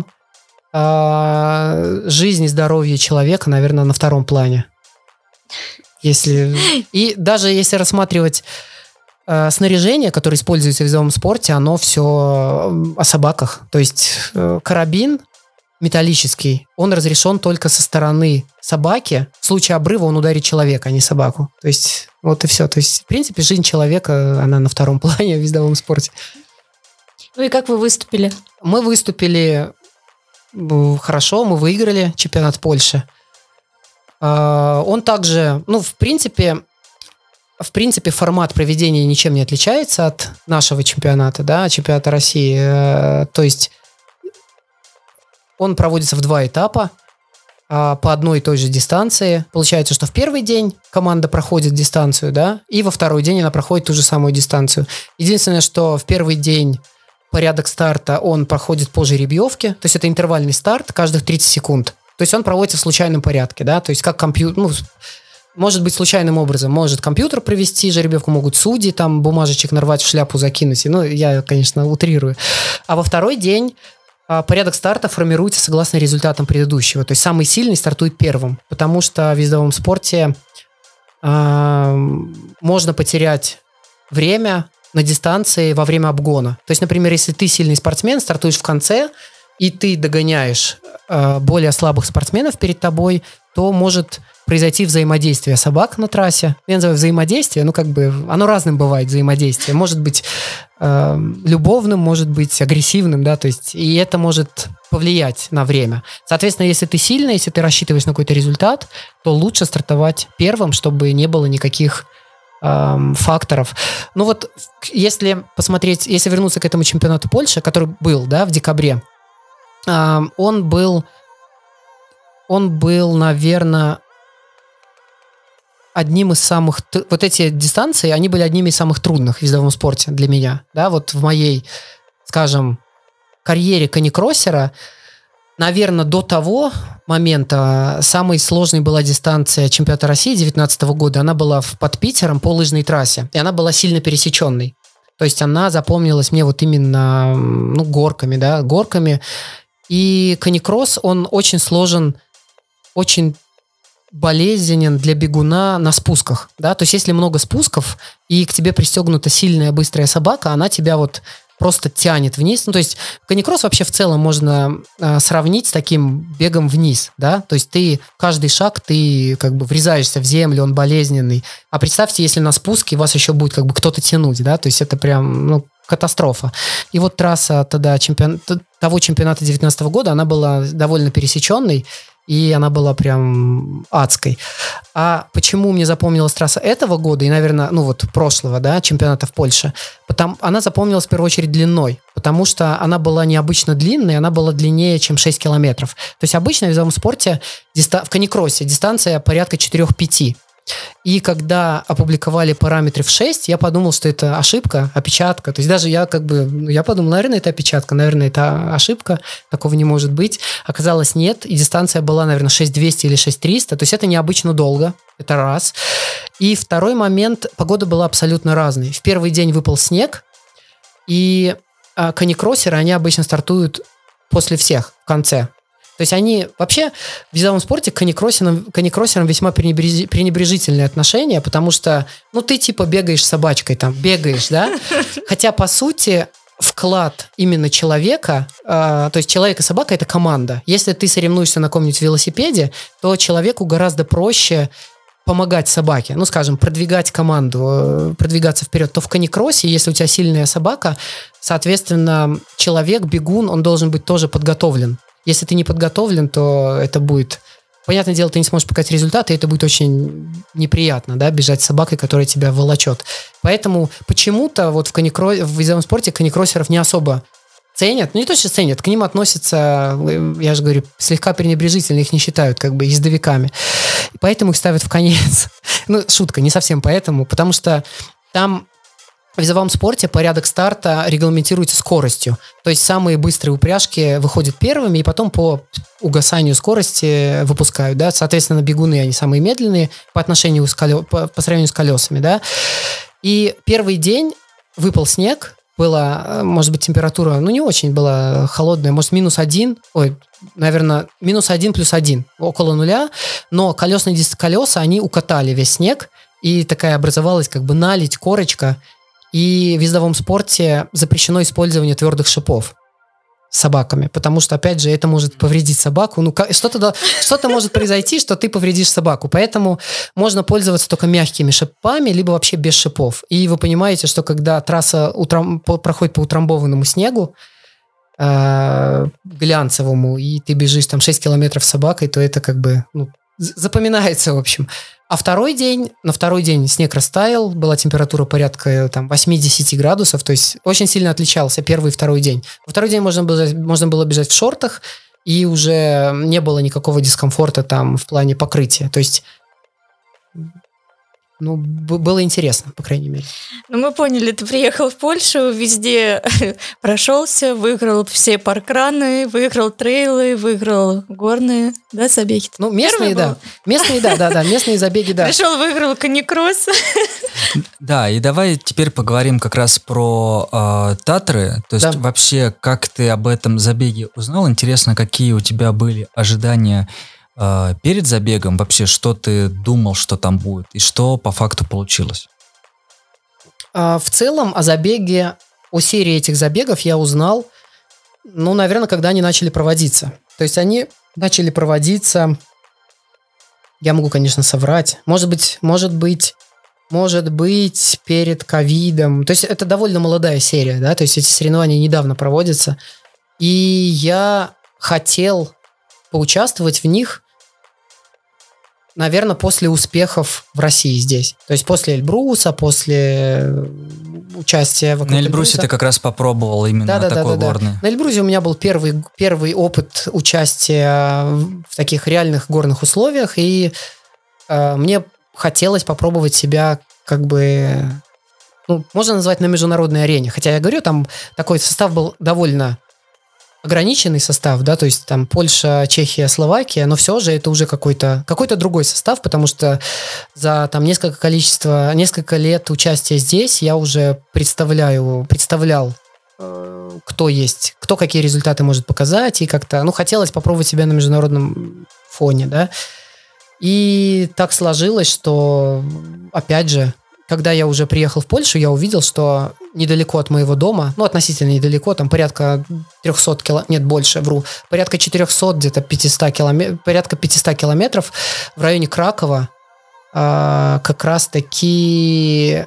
а, жизнь и здоровье человека, наверное, на втором плане. Если... И даже если рассматривать э, снаряжение, которое используется в ездовом спорте, оно все о собаках. То есть э, карабин металлический, он разрешен только со стороны собаки. В случае обрыва он ударит человека, а не собаку. То есть вот и все. То есть, в принципе, жизнь человека, она на втором плане в ездовом спорте. Ну и как вы выступили? Мы выступили хорошо, мы выиграли чемпионат Польши. Он также, ну, в принципе, в принципе, формат проведения ничем не отличается от нашего чемпионата, да, чемпионата России. То есть он проводится в два этапа по одной и той же дистанции. Получается, что в первый день команда проходит дистанцию, да, и во второй день она проходит ту же самую дистанцию. Единственное, что в первый день порядок старта, он проходит по жеребьевке, то есть это интервальный старт каждых тридцать секунд. То есть он проводится в случайном порядке, да, то есть как компьютер, ну, может быть случайным образом, может компьютер провести жеребьевку, могут судьи там бумажечек нарвать в шляпу, закинуть, ну, я, конечно, утрирую. А во второй день а, порядок старта формируется согласно результатам предыдущего, то есть самый сильный стартует первым, потому что в ездовом спорте а, можно потерять время на дистанции во время обгона. То есть, например, если ты сильный спортсмен, стартуешь в конце, и ты догоняешь э, более слабых спортсменов перед тобой, то может произойти взаимодействие собак на трассе. Я называю взаимодействие, ну как бы оно разным бывает, взаимодействие. Может быть э, любовным, может быть агрессивным, да, то есть и это может повлиять на время. Соответственно, если ты сильный, если ты рассчитываешь на какой-то результат, то лучше стартовать первым, чтобы не было никаких факторов. Ну вот, если посмотреть, если вернуться к этому чемпионату Польши, который был, да, в декабре, он был, он был, наверное, одним из самых... Вот эти дистанции, они были одними из самых трудных в ездовом спорте для меня. Да, вот в моей, скажем, карьере каникроссера, наверное, до того момента самой сложной была дистанция чемпионата России две тысячи девятнадцатого года. Она была под Питером по лыжной трассе. И она была сильно пересеченной. То есть она запомнилась мне вот именно, ну, горками, да, горками. И каникросс, он очень сложен, очень болезненен для бегуна на спусках. Да? То есть если много спусков, и к тебе пристегнута сильная быстрая собака, она тебя вот просто тянет вниз. Ну, то есть каникросс вообще в целом можно э, сравнить с таким бегом вниз, да, то есть ты каждый шаг, ты как бы врезаешься в землю, он болезненный. А представьте, если на спуске вас еще будет как бы кто-то тянуть, да, то есть это прям, ну, катастрофа. И вот трасса тогда чемпион... того чемпионата две тысячи девятнадцатого года, она была довольно пересеченной, и она была прям адской. А почему мне запомнилась трасса этого года и, наверное, ну вот прошлого, да, чемпионата в Польше? Потому, она запомнилась в первую очередь длиной, потому что она была необычно длинной, она была длиннее, чем шесть километров. То есть обычно в ездовом спорте, диста... в каникроссе, дистанция порядка четыре-пять. И когда опубликовали параметры в шесть, я подумал, что это ошибка, опечатка. То есть даже я как бы, я подумал, наверное, это опечатка, наверное, это ошибка, такого не может быть. Оказалось, нет, и дистанция была, наверное, шесть двести или шесть триста, то есть это необычно долго, это раз. И второй момент, погода была абсолютно разной. В первый день выпал снег, И а, каникроссеры, они обычно стартуют после всех, в конце. То есть они вообще в визовом спорте к каникроссерам, каникроссерам весьма пренебреж... пренебрежительные отношения, потому что, ну, ты типа бегаешь с собачкой, там, бегаешь, да? Хотя, по сути, вклад именно человека, э, то есть человек и собака – это команда. Если ты соревнуешься на каком-нибудь велосипеде, то человеку гораздо проще помогать собаке, ну, скажем, продвигать команду, продвигаться вперед, то в каникроссе, если у тебя сильная собака, соответственно, человек, бегун, он должен быть тоже подготовлен. Если ты не подготовлен, то это будет... Понятное дело, ты не сможешь показать результаты, и это будет очень неприятно, да, бежать с собакой, которая тебя волочет. Поэтому почему-то вот в, каникро... в визовом спорте каникроссеров не особо ценят. Ну, не то, что ценят, к ним относятся, я же говорю, слегка пренебрежительно, их не считают как бы ездовиками. И поэтому их ставят в конец. Ну, шутка, не совсем поэтому, потому что там... В визовом спорте порядок старта регламентируется скоростью. То есть самые быстрые упряжки выходят первыми, и потом по угасанию скорости выпускают. Да? Соответственно, бегуны, они самые медленные по отношению с колес... по, по сравнению с колесами. Да? И первый день выпал снег, была, может быть, температура, ну, не очень была холодная, может, минус один, ой, наверное, минус один плюс один, около нуля, но колесные колеса, они укатали весь снег, и такая образовалась как бы наледь, корочка. И в визовом спорте запрещено использование твердых шипов с собаками, потому что, опять же, это может повредить собаку. Ну, что-то, что-то может произойти, что ты повредишь собаку. Поэтому можно пользоваться только мягкими шипами, либо вообще без шипов. И вы понимаете, что когда трасса утрам, по, проходит по утрамбованному снегу, э, глянцевому, и ты бежишь там шесть километров с собакой, то это как бы ну, запоминается, в общем. А второй день, на второй день снег растаял, была температура порядка там, восемьдесят градусов, то есть очень сильно отличался первый и второй день. Во второй день можно было, можно было бежать в шортах, и уже не было никакого дискомфорта там в плане покрытия. То есть, ну, б- было интересно, по крайней мере. Ну, мы поняли, ты приехал в Польшу, везде прошелся, выиграл все паркраны, выиграл трейлы, выиграл горные, да, забеги? Ну, местные, да. Местные, да, да, да, местные забеги, да. Пришел, выиграл каникросс. Да, и давай теперь поговорим как раз про э, Татры. То есть Да. вообще, как ты об этом забеге узнал? Интересно, какие у тебя были ожидания э, перед забегом? Вообще, что ты думал, что там будет? И что по факту получилось? А, в целом о забеге, о серии этих забегов я узнал, ну, наверное, когда они начали проводиться. То есть они начали проводиться, я могу, конечно, соврать, может быть, может быть, может быть, перед ковидом. То есть это довольно молодая серия, да, то есть эти соревнования недавно проводятся. И я хотел поучаствовать в них, наверное, после успехов в России здесь. То есть после Эльбруса, после участия вокруг На Эльбрусе Эльбруса. ты как раз попробовал именно Да, да, да, такой да, да. горный. На Эльбрусе у меня был первый, первый опыт участия в таких реальных горных условиях, и э, мне хотелось попробовать себя как бы, ну, можно назвать на международной арене. Хотя я говорю, там такой состав был довольно ограниченный состав, да, то есть там Польша, Чехия, Словакия, но все же это уже какой-то, какой-то другой состав, потому что за там несколько количество, несколько лет участия здесь я уже представляю, представлял, э, кто есть, кто какие результаты может показать, и как-то, ну, хотелось попробовать себя на международном фоне, да. И так сложилось, что, опять же, когда я уже приехал в Польшу, я увидел, что недалеко от моего дома, ну, относительно недалеко, там порядка триста километров, нет, больше, вру, порядка четыреста, где-то пятьсот километров, порядка пятьсот километров в районе Кракова, а, как раз-таки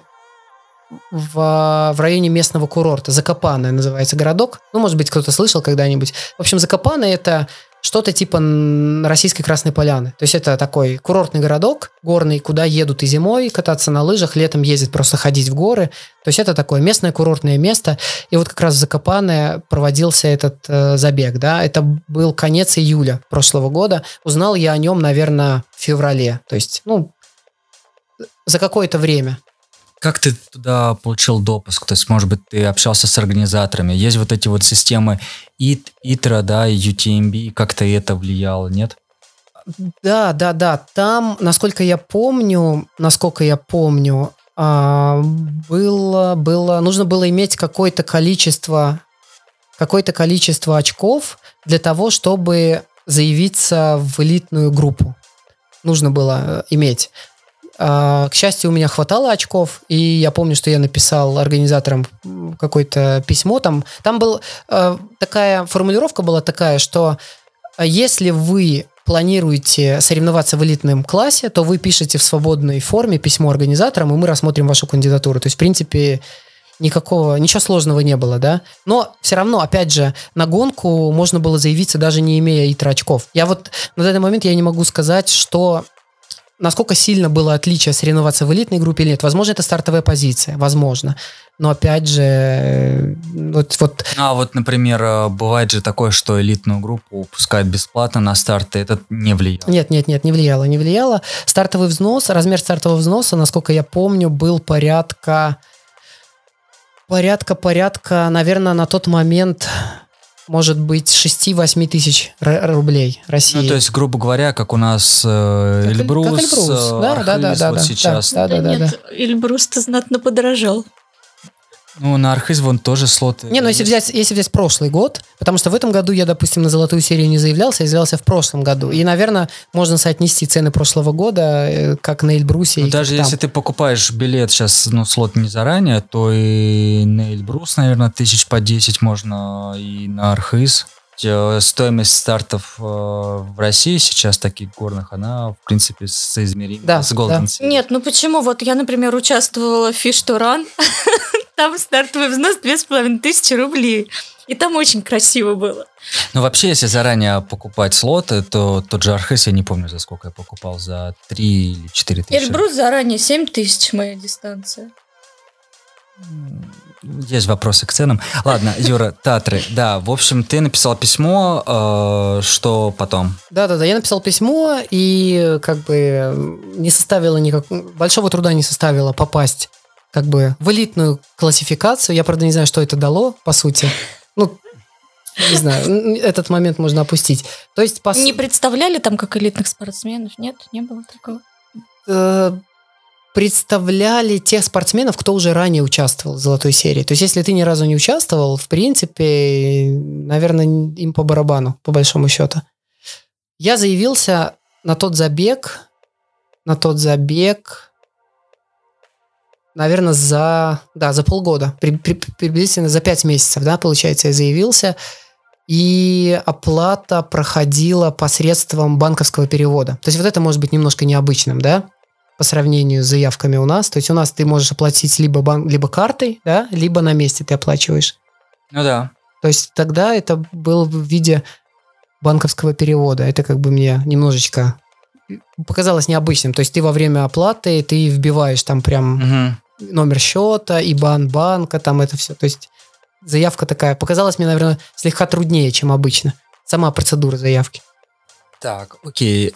в, в районе местного курорта, Закопане называется городок, ну, может быть, кто-то слышал когда-нибудь. В общем, Закопане – это что-то типа российской Красной Поляны. То есть это такой курортный городок горный, куда едут и зимой кататься на лыжах, летом ездят просто ходить в горы. То есть это такое местное курортное место. И вот как раз в Закопане проводился этот э, забег. Да? Это был конец июля прошлого года. Узнал я о нем, наверное, в феврале. То есть, ну, за какое-то время. Как ты туда получил допуск? То есть, может быть, ты общался с организаторами? Есть вот эти вот системы ай ти эй, да, и ю ти эм би, как-то это влияло, нет? Да, да, да. Там, насколько я помню, насколько я помню, а, было, было, нужно было иметь какое-то количество, какое-то количество очков для того, чтобы заявиться в элитную группу. Нужно было иметь. А, к счастью, у меня хватало очков, и я помню, что я написал организаторам какое-то письмо. Там, там был, а, такая формулировка была такая, что если вы планируете соревноваться в элитном классе, то вы пишете в свободной форме письмо организаторам, и мы рассмотрим вашу кандидатуру. То есть, в принципе, никакого, ничего сложного не было, да? Но все равно, опять же, на гонку можно было заявиться, даже не имея итра очков. Я вот на данный момент я не могу сказать, что насколько сильно было отличие соревноваться в элитной группе или нет. Возможно, это стартовая позиция, возможно. Но опять же, вот... вот... А вот, например, бывает же такое, что элитную группу пускают бесплатно на старты, это не влияло? Нет, нет, нет, не влияло, не влияло. Стартовый взнос, размер стартового взноса, насколько я помню, был порядка... Порядка, порядка, наверное, на тот момент... может быть, шесть-восемь тысяч рублей России. Ну, то есть, грубо говоря, как у нас э, как Эльбрус, как Эльбрус. Да, Архыз, да, да, да, вот да, сейчас. Да, да, да, да, нет, да. Эльбрус-то знатно подорожал. Ну, на Архыз вон тоже слоты. Не, ну если взять, если взять прошлый год, потому что в этом году я, допустим, на золотую серию не заявлялся, я заявлялся в прошлом году. И, наверное, можно соотнести цены прошлого года, как на Эльбрусе. Ну, и даже там. если ты покупаешь билет сейчас, ну, слот не заранее, то и на Эльбрус, наверное, тысяч по десять можно, и на Архыз. Стоимость стартов э, в России сейчас таких горных, она, в принципе, соизмерима да, с Golden Series. Нет, ну почему? Вот я, например, участвовала в Fish to Run, там стартовый взнос две с половиной тысячи рублей, и там очень красиво было. Ну, вообще, если заранее покупать слоты, то тот же Архыз, я не помню, за сколько я покупал, за три или четыре тысячи. Эльбрус заранее семь тысяч моя дистанция. Есть вопросы к ценам. Ладно, Юра, Татры. Да, в общем, ты написал письмо, э, что потом? Да-да-да, я написал письмо, и как бы не составило никак... большого труда не составило попасть как бы в элитную классификацию. Я, правда, не знаю, что это дало, по сути. Ну, не знаю, этот момент можно опустить. То есть, по... Не представляли там как элитных спортсменов? Нет, не было такого? Э, представляли тех спортсменов, кто уже ранее участвовал в золотой серии. То есть, если ты ни разу не участвовал, в принципе, наверное, им по барабану, по большому счету. Я заявился на тот забег, на тот забег, наверное, за, да, за полгода, при, при, приблизительно за пять месяцев, да, получается, я заявился, и оплата проходила посредством банковского перевода. То есть, вот это может быть немножко необычным, да, по сравнению с заявками у нас. То есть у нас ты можешь оплатить либо, бан... либо картой, да, либо на месте ты оплачиваешь. Ну да. То есть тогда это было в виде банковского перевода. Это как бы мне немножечко показалось необычным. То есть ты во время оплаты, ты вбиваешь там прям угу. номер счета, ИБАН банка, там это все. То есть заявка такая. Показалась мне, наверное, слегка труднее, чем обычно. Сама процедура заявки. Так, окей.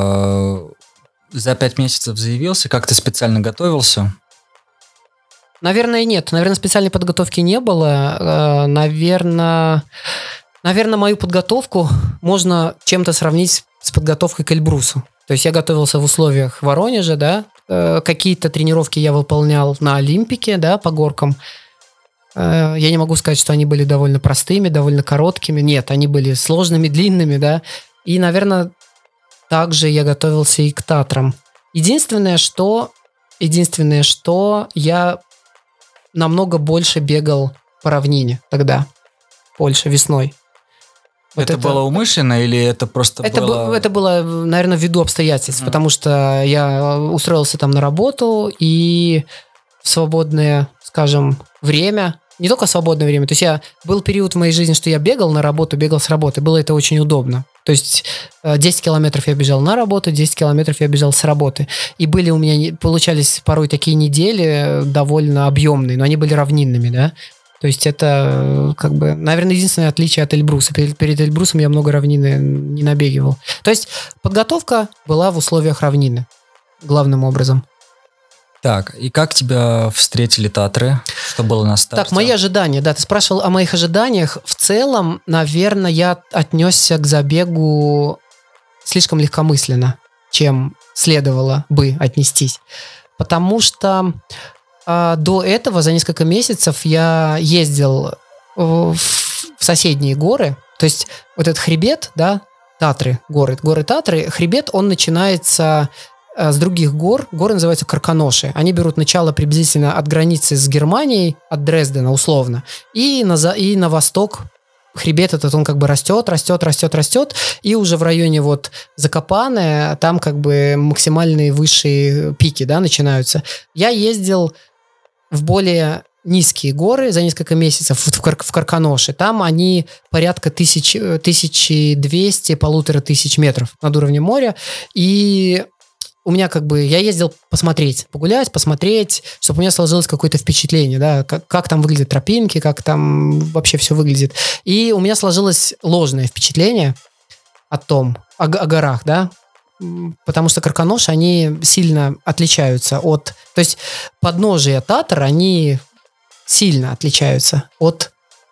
За пять месяцев заявился, как ты специально готовился? Наверное, нет. Наверное, специальной подготовки не было. Наверное, наверное, мою подготовку можно чем-то сравнить с подготовкой к Эльбрусу. То есть я готовился в условиях Воронежа, да. Какие-то тренировки я выполнял на Олимпике, да, по горкам. Я не могу сказать, что они были довольно простыми, довольно короткими. Нет, они были сложными, длинными, да. И, наверное, также я готовился и к Татрам. Единственное, что, единственное, что я намного больше бегал по равнине тогда, больше весной. Вот это, это было умышленно или это просто это было... Б, это было, наверное, ввиду обстоятельств, mm. потому что я устроился там на работу, и в свободное, скажем, время, не только в свободное время, то есть я, был период в моей жизни, что я бегал на работу, бегал с работы, было это очень удобно. То есть десять километров я бежал на работу, десять километров я бежал с работы. И были у меня, получались порой такие недели довольно объемные, но они были равнинными, да. То есть это, как бы, наверное, единственное отличие от Эльбруса. Перед, перед Эльбрусом я много равнины не набегивал. То есть подготовка была в условиях равнины, главным образом. Так, и как тебя встретили Татры? Что было на старте? Так, мои ожидания, да, ты спрашивал о моих ожиданиях. В целом, наверное, я отнесся к забегу слишком легкомысленно, чем следовало бы отнестись. потому что э, до этого за несколько месяцев я ездил в, в соседние горы. То есть вот этот хребет, да, Татры, горы, горы Татры, хребет, он начинается э, с других гор. Горы называются Карканоши. Они берут начало приблизительно от границы с Германией, от Дрездена условно, и на, и на восток хребет этот, он как бы растет, растет, растет, растет, и уже в районе вот Закопане там как бы максимальные высшие пики, да, начинаются. Я ездил в более низкие горы за несколько месяцев в, Кар- в Карканоши. Там они порядка тысяч, тысяча двести, полутора тысяч метров над уровнем моря. И у меня как бы... Я ездил посмотреть, погулять, посмотреть, чтобы у меня сложилось какое-то впечатление, да, как, как там выглядят тропинки, как там вообще все выглядит. И у меня сложилось ложное впечатление о том, о, о горах, да, потому что Карканоши, они сильно отличаются от... То есть подножия Татар, они сильно отличаются от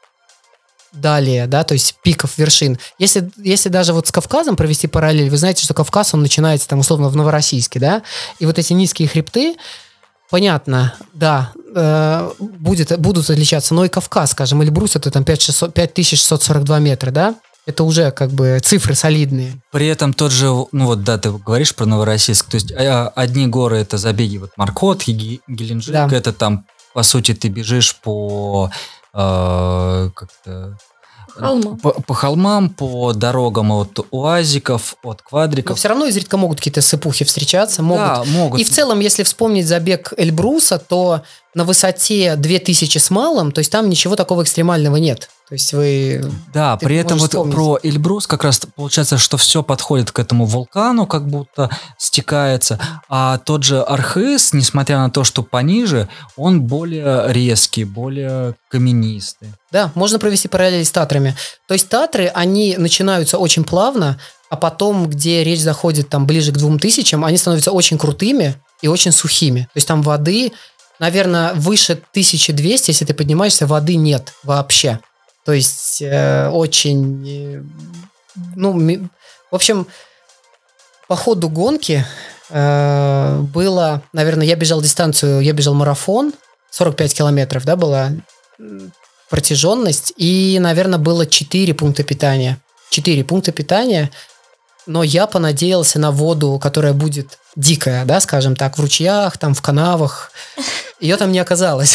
далее, да, то есть пиков, вершин. Если, если даже вот с Кавказом провести параллель, вы знаете, что Кавказ, он начинается там условно в Новороссийске, да, и вот эти низкие хребты, понятно, да, э, будет, будут отличаться, но и Кавказ, скажем, Эльбрус, это там пять тысяч шестьсот сорок два метра, да, это уже как бы цифры солидные. При этом тот же, ну вот да, ты говоришь про Новороссийск, то есть одни горы это забеги, вот Маркот, Геленджик, да. Это там, по сути, ты бежишь по... Э, как-то, холмам. По, по холмам, по дорогам от уазиков, от квадриков. Но все равно изредка могут какие-то сыпухи встречаться. Могут. Да, могут. И в целом, если вспомнить забег Эльбруса, то на высоте две тысячи с малым, то есть там ничего такого экстремального нет. То есть вы... Да, при этом вот вспомнить. Про Эльбрус как раз получается, что все подходит к этому вулкану, как будто стекается, а тот же Архыз, несмотря на то, что пониже, он более резкий, более каменистый. Да, можно провести параллель с Татрами. То есть Татры, они начинаются очень плавно, а потом, где речь заходит там ближе к двум тысячам, они становятся очень крутыми и очень сухими. То есть там воды, наверное, выше тысячи двухсот, если ты поднимаешься, воды нет вообще. То есть э, очень, э, ну, ми, в общем, по ходу гонки э, было, наверное, я бежал дистанцию, я бежал марафон, сорок пять километров, да, была протяженность, и, наверное, было четыре пункта питания. четыре пункта питания, но я понадеялся на воду, которая будет дикая, да, скажем так, в ручьях, там, в канавах. Ее там не оказалось.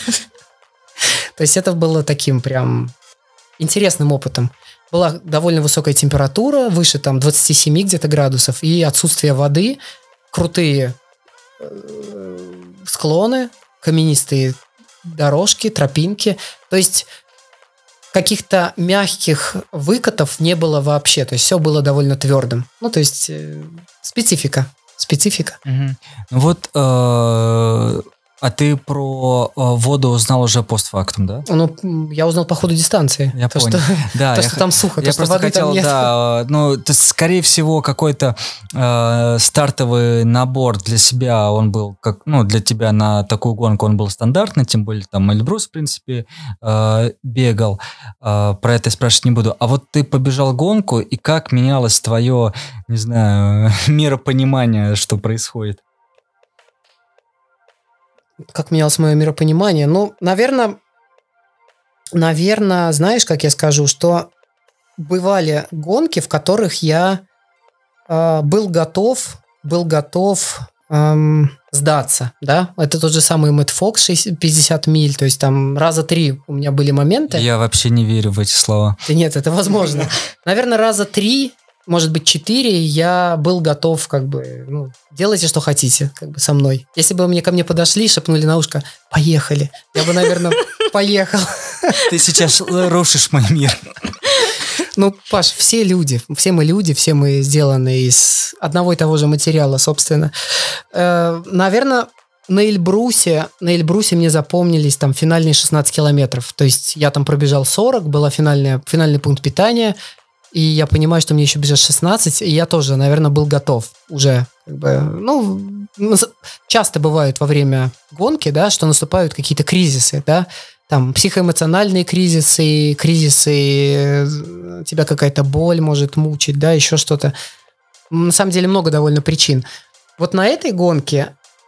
То есть это было таким прям интересным опытом. Была довольно высокая температура, выше там двадцать семь где-то градусов, и отсутствие воды, крутые склоны, каменистые дорожки, тропинки. То есть каких-то мягких выкатов не было вообще. То есть все было довольно твердым. Ну, то есть специфика. Специфика. Угу. Ну вот... Э- А ты про э, воду узнал уже постфактум, да? Ну, я узнал по ходу дистанции. Я то, понял. Что, да, то, я что х... там сухо, я то, что воды хотел, там нет. Да, ну, то есть, скорее всего, какой-то э, стартовый набор для себя, он был, как, ну, для тебя на такую гонку он был стандартный, тем более там Эльбрус, в принципе, э, бегал. Э, про это я спрашивать не буду. А вот ты побежал гонку, и как менялось твое, не знаю, миропонимание, что происходит? Как менялось мое миропонимание? Ну, наверное, наверное, знаешь, как я скажу, что бывали гонки, в которых я э, был готов, был готов эм, сдаться, да? Это тот же самый Мэтт Фокс, пятьдесят миль, то есть там раза три у меня были моменты. Я вообще не верю в эти слова. Да нет, это возможно. Наверное, раза три, может быть, четыре, я был готов, как бы, ну, делайте, что хотите, как бы, со мной. Если бы мне ко мне подошли, шепнули на ушко, поехали, я бы, наверное, поехал. Ты сейчас рушишь мой мир. Ну, Паш, все люди, все мы люди, все мы сделаны из одного и того же материала, собственно. Э, наверное, на Эльбрусе, на Эльбрусе мне запомнились там финальные шестнадцать километров. То есть я там пробежал сорок, была финальная, финальный пункт питания, и я понимаю, что мне еще бежать шестнадцать, и я тоже, наверное, был готов уже. Как бы, ну, часто бывает во время гонки, да, что наступают какие-то кризисы, да, там психоэмоциональные кризисы, кризисы, тебя какая-то боль может мучить, да, еще что-то. На самом деле много довольно причин. Вот на этой гонке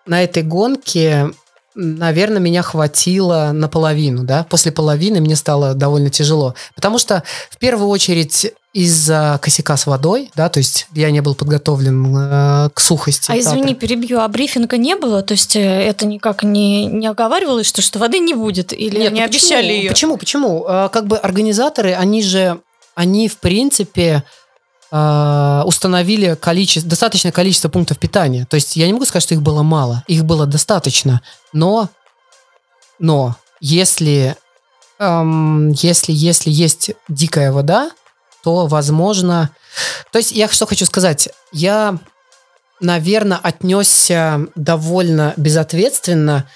на этой гонке, наверное, меня хватило наполовину, да. После половины мне стало довольно тяжело. Потому что, в первую очередь, из-за косяка с водой, да, то есть я не был подготовлен э, к сухости. А извини, перебью, а брифинга не было? То есть это никак не, не оговаривалось, что, что воды не будет? Или Нет, не ну обещали почему? ее? Почему? Почему? Э, как бы организаторы, они же, они, в принципе, э, установили количество, достаточное количество пунктов питания. То есть я не могу сказать, что их было мало. Их было достаточно. Но, но если, эм, если, если есть дикая вода, то, возможно... То есть я что хочу сказать. Я, наверное, отнесся довольно безответственно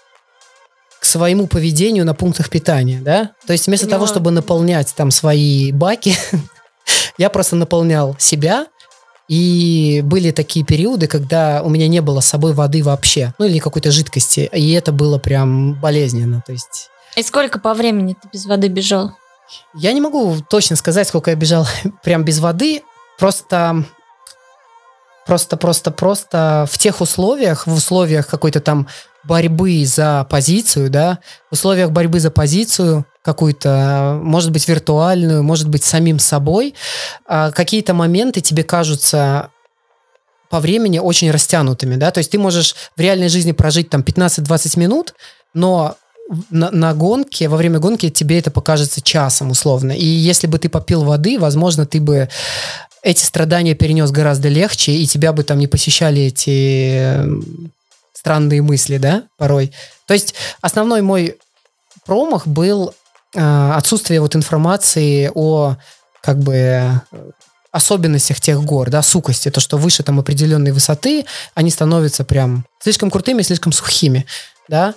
к своему поведению на пунктах питания, да? То есть вместо Поняла. того, чтобы наполнять там свои баки, я просто наполнял себя, и были такие периоды, когда у меня не было с собой воды вообще, ну или какой-то жидкости, и это было прям болезненно, то есть... И сколько по времени ты без воды бежал? Я не могу точно сказать, сколько я бежал прям без воды. Просто, просто, просто, просто в тех условиях, в условиях какой-то там борьбы за позицию, да, в условиях борьбы за позицию какую-то, может быть, виртуальную, может быть, самим собой, какие-то моменты тебе кажутся по времени очень растянутыми, да, то есть ты можешь в реальной жизни прожить там пятнадцать-двадцать минут, но На, на гонке, во время гонки тебе это покажется часом условно. И если бы ты попил воды, возможно, ты бы эти страдания перенес гораздо легче, и тебя бы там не посещали эти странные мысли, да, порой. То есть основной мой промах был э, отсутствие вот информации о как бы особенностях тех гор, да, сухости, то, что выше там определенной высоты, они становятся прям слишком крутыми, слишком сухими, да.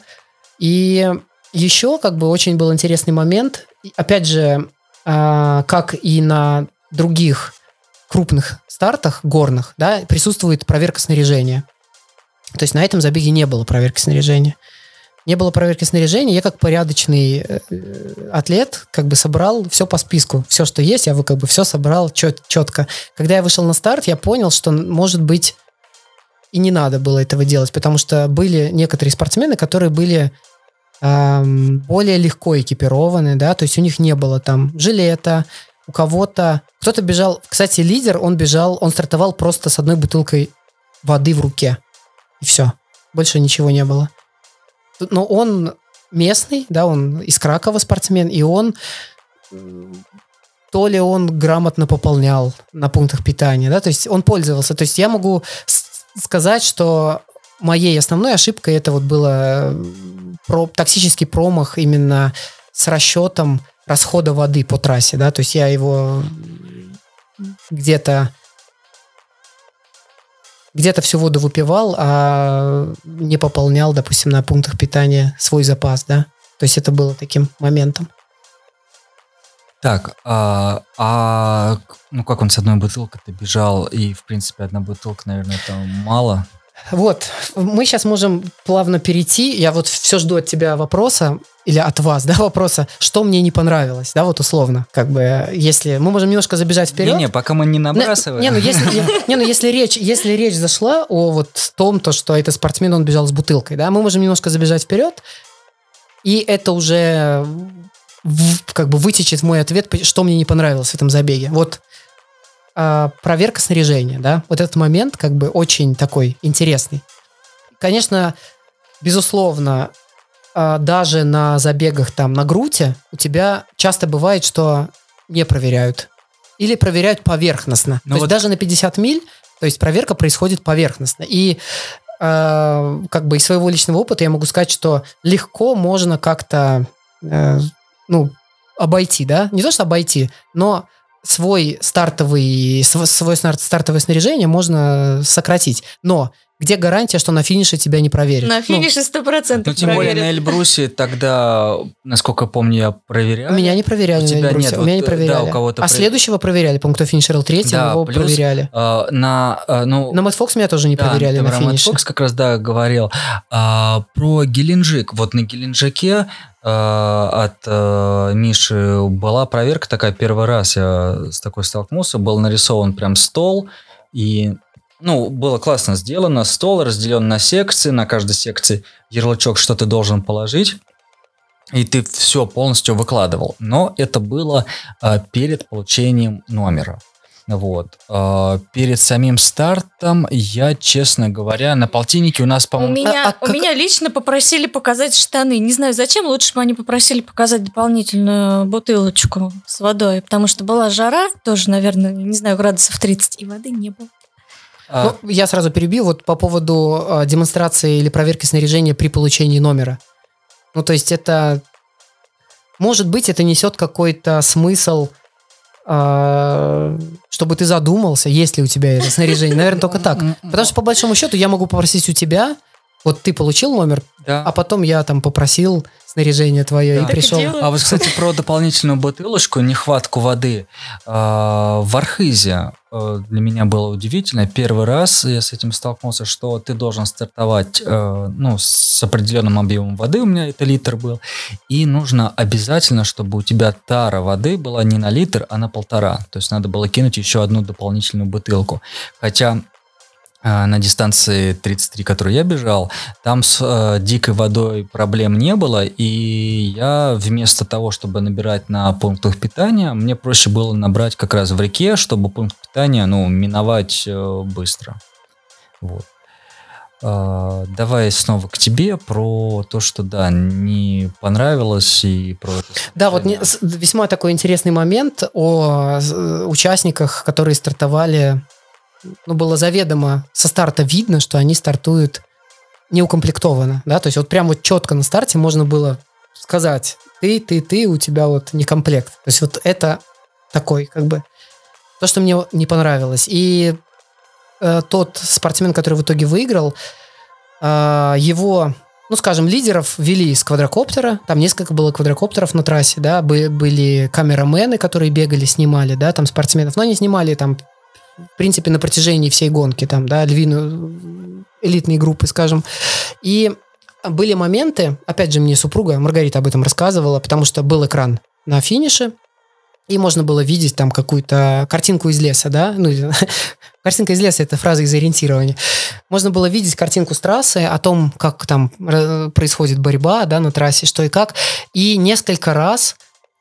И еще как бы очень был интересный момент, опять же, э, как и на других крупных стартах горных, да, присутствует проверка снаряжения. То есть на этом забеге не было проверки снаряжения. Не было проверки снаряжения, я как порядочный э, атлет как бы собрал все по списку. Все, что есть, я как бы все собрал чет- четко. Когда я вышел на старт, я понял, что, может быть, и не надо было этого делать, потому что были некоторые спортсмены, которые были эм, более легко экипированы, да, то есть у них не было там жилета, у кого-то... Кто-то бежал... Кстати, лидер, он бежал, он стартовал просто с одной бутылкой воды в руке. И все. Больше ничего не было. Но он местный, да, он из Кракова спортсмен, и он... То ли он грамотно пополнял на пунктах питания, да, то есть он пользовался. То есть я могу сказать, что моей основной ошибкой это вот было про, тактический промах именно с расчетом расхода воды по трассе, да, то есть я его где-то где-то всю воду выпивал, а не пополнял, допустим, на пунктах питания свой запас, да, то есть это было таким моментом. Так, а, а ну как он с одной бутылкой-то бежал, и, в принципе, одна бутылка, наверное, это мало. Вот, мы сейчас можем плавно перейти, я вот все жду от тебя вопроса, или от вас, да, вопроса, что мне не понравилось, да, вот условно, как бы, если... Мы можем немножко забежать вперед. Не-не, пока мы не набрасываем. Не, ну если, не, не, ну, если, речь, если речь зашла о вот том, то, что это спортсмен, он бежал с бутылкой, да, мы можем немножко забежать вперед, и это уже... В, как бы вытечет мой ответ, что мне не понравилось в этом забеге. Вот э, проверка снаряжения, да, вот этот момент как бы очень такой интересный. Конечно, безусловно, э, даже на забегах там на груте у тебя часто бывает, что не проверяют. Или проверяют поверхностно. Ну то вот... есть даже на пятьдесят миль, то есть проверка происходит поверхностно. И э, как бы из своего личного опыта я могу сказать, что легко можно как-то... Э, ну, обойти, да, не то, что обойти, но свой стартовый, свой стартовое снаряжение можно сократить. Но где гарантия, что на финише тебя не проверят? На финише сто процентов ну, тем более на Эльбрусе тогда, насколько помню, я проверял. Меня не проверяли на Эльбрусе. Нет, у меня вот, не проверяли. Да, у кого-то а пров... следующего проверяли, по-моему, кто финишировал третьим, да, его плюс, проверяли. Э, на, э, ну, на Mad Fox меня тоже не да, проверяли на финише. Mad Fox как раз, да, говорил э, про Геленджик. Вот на Геленджике от э, Миши была проверка такая, первый раз я с такой столкнулся, был нарисован прям стол, и ну, было классно сделано. Стол разделен на секции, на каждой секции ярлычок, что ты должен положить. И ты все полностью выкладывал. Но это было а, перед получением номера. Вот. А, перед самим стартом я, честно говоря, на полтиннике у нас, по-моему... У меня, а, а у как... меня лично попросили показать штаны. Не знаю, зачем, лучше бы они попросили показать дополнительную бутылочку с водой, потому что была жара, тоже, наверное, не знаю, градусов тридцать, и воды не было. А... Ну, я сразу перебью вот по поводу а, демонстрации или проверки снаряжения при получении номера. Ну, то есть это... Может быть, это несет какой-то смысл, э, чтобы ты задумался, есть ли у тебя это снаряжение. Наверное, только так. Потому что, по большому счету, я могу попросить у тебя, вот ты получил номер, да. а потом я там попросил снаряжение твое да. и пришел. А вот, кстати, про дополнительную бутылочку, нехватку воды. В Архизе для меня было удивительно. Первый раз я с этим столкнулся, что ты должен стартовать ну, с определенным объемом воды, у меня это литр был, и нужно обязательно, чтобы у тебя тара воды была не на литр, а на полтора. То есть надо было кинуть еще одну дополнительную бутылку. Хотя на дистанции тридцать три, которую я бежал, там с э, дикой водой проблем не было, и я вместо того, чтобы набирать на пунктах питания, мне проще было набрать как раз в реке, чтобы пункт питания, ну, миновать э, быстро. Вот. Э, давай снова к тебе про то, что, да, не понравилось, и про это. Да, вот не, весьма такой интересный момент о участниках, которые стартовали. Ну, было заведомо со старта видно, что они стартуют неукомплектованно, да, то есть вот прям вот четко на старте можно было сказать, ты, ты, ты, у тебя вот не комплект. То есть вот это такой, как бы, то, что мне не понравилось. И э, тот спортсмен, который в итоге выиграл, э, его, ну, скажем, лидеров вели из квадрокоптера, там несколько было квадрокоптеров на трассе, да, были камерамены, которые бегали, снимали, да, там спортсменов, но они снимали там в принципе, на протяжении всей гонки, там, да, львиную элитные группы, скажем. И были моменты, опять же, мне супруга Маргарита об этом рассказывала, потому что был экран на финише, и можно было видеть там какую-то картинку из леса, да, ну, картинка из леса – это фраза из ориентирования. Можно было видеть картинку с трассы, о том, как там происходит борьба, да, на трассе, что и как. И несколько раз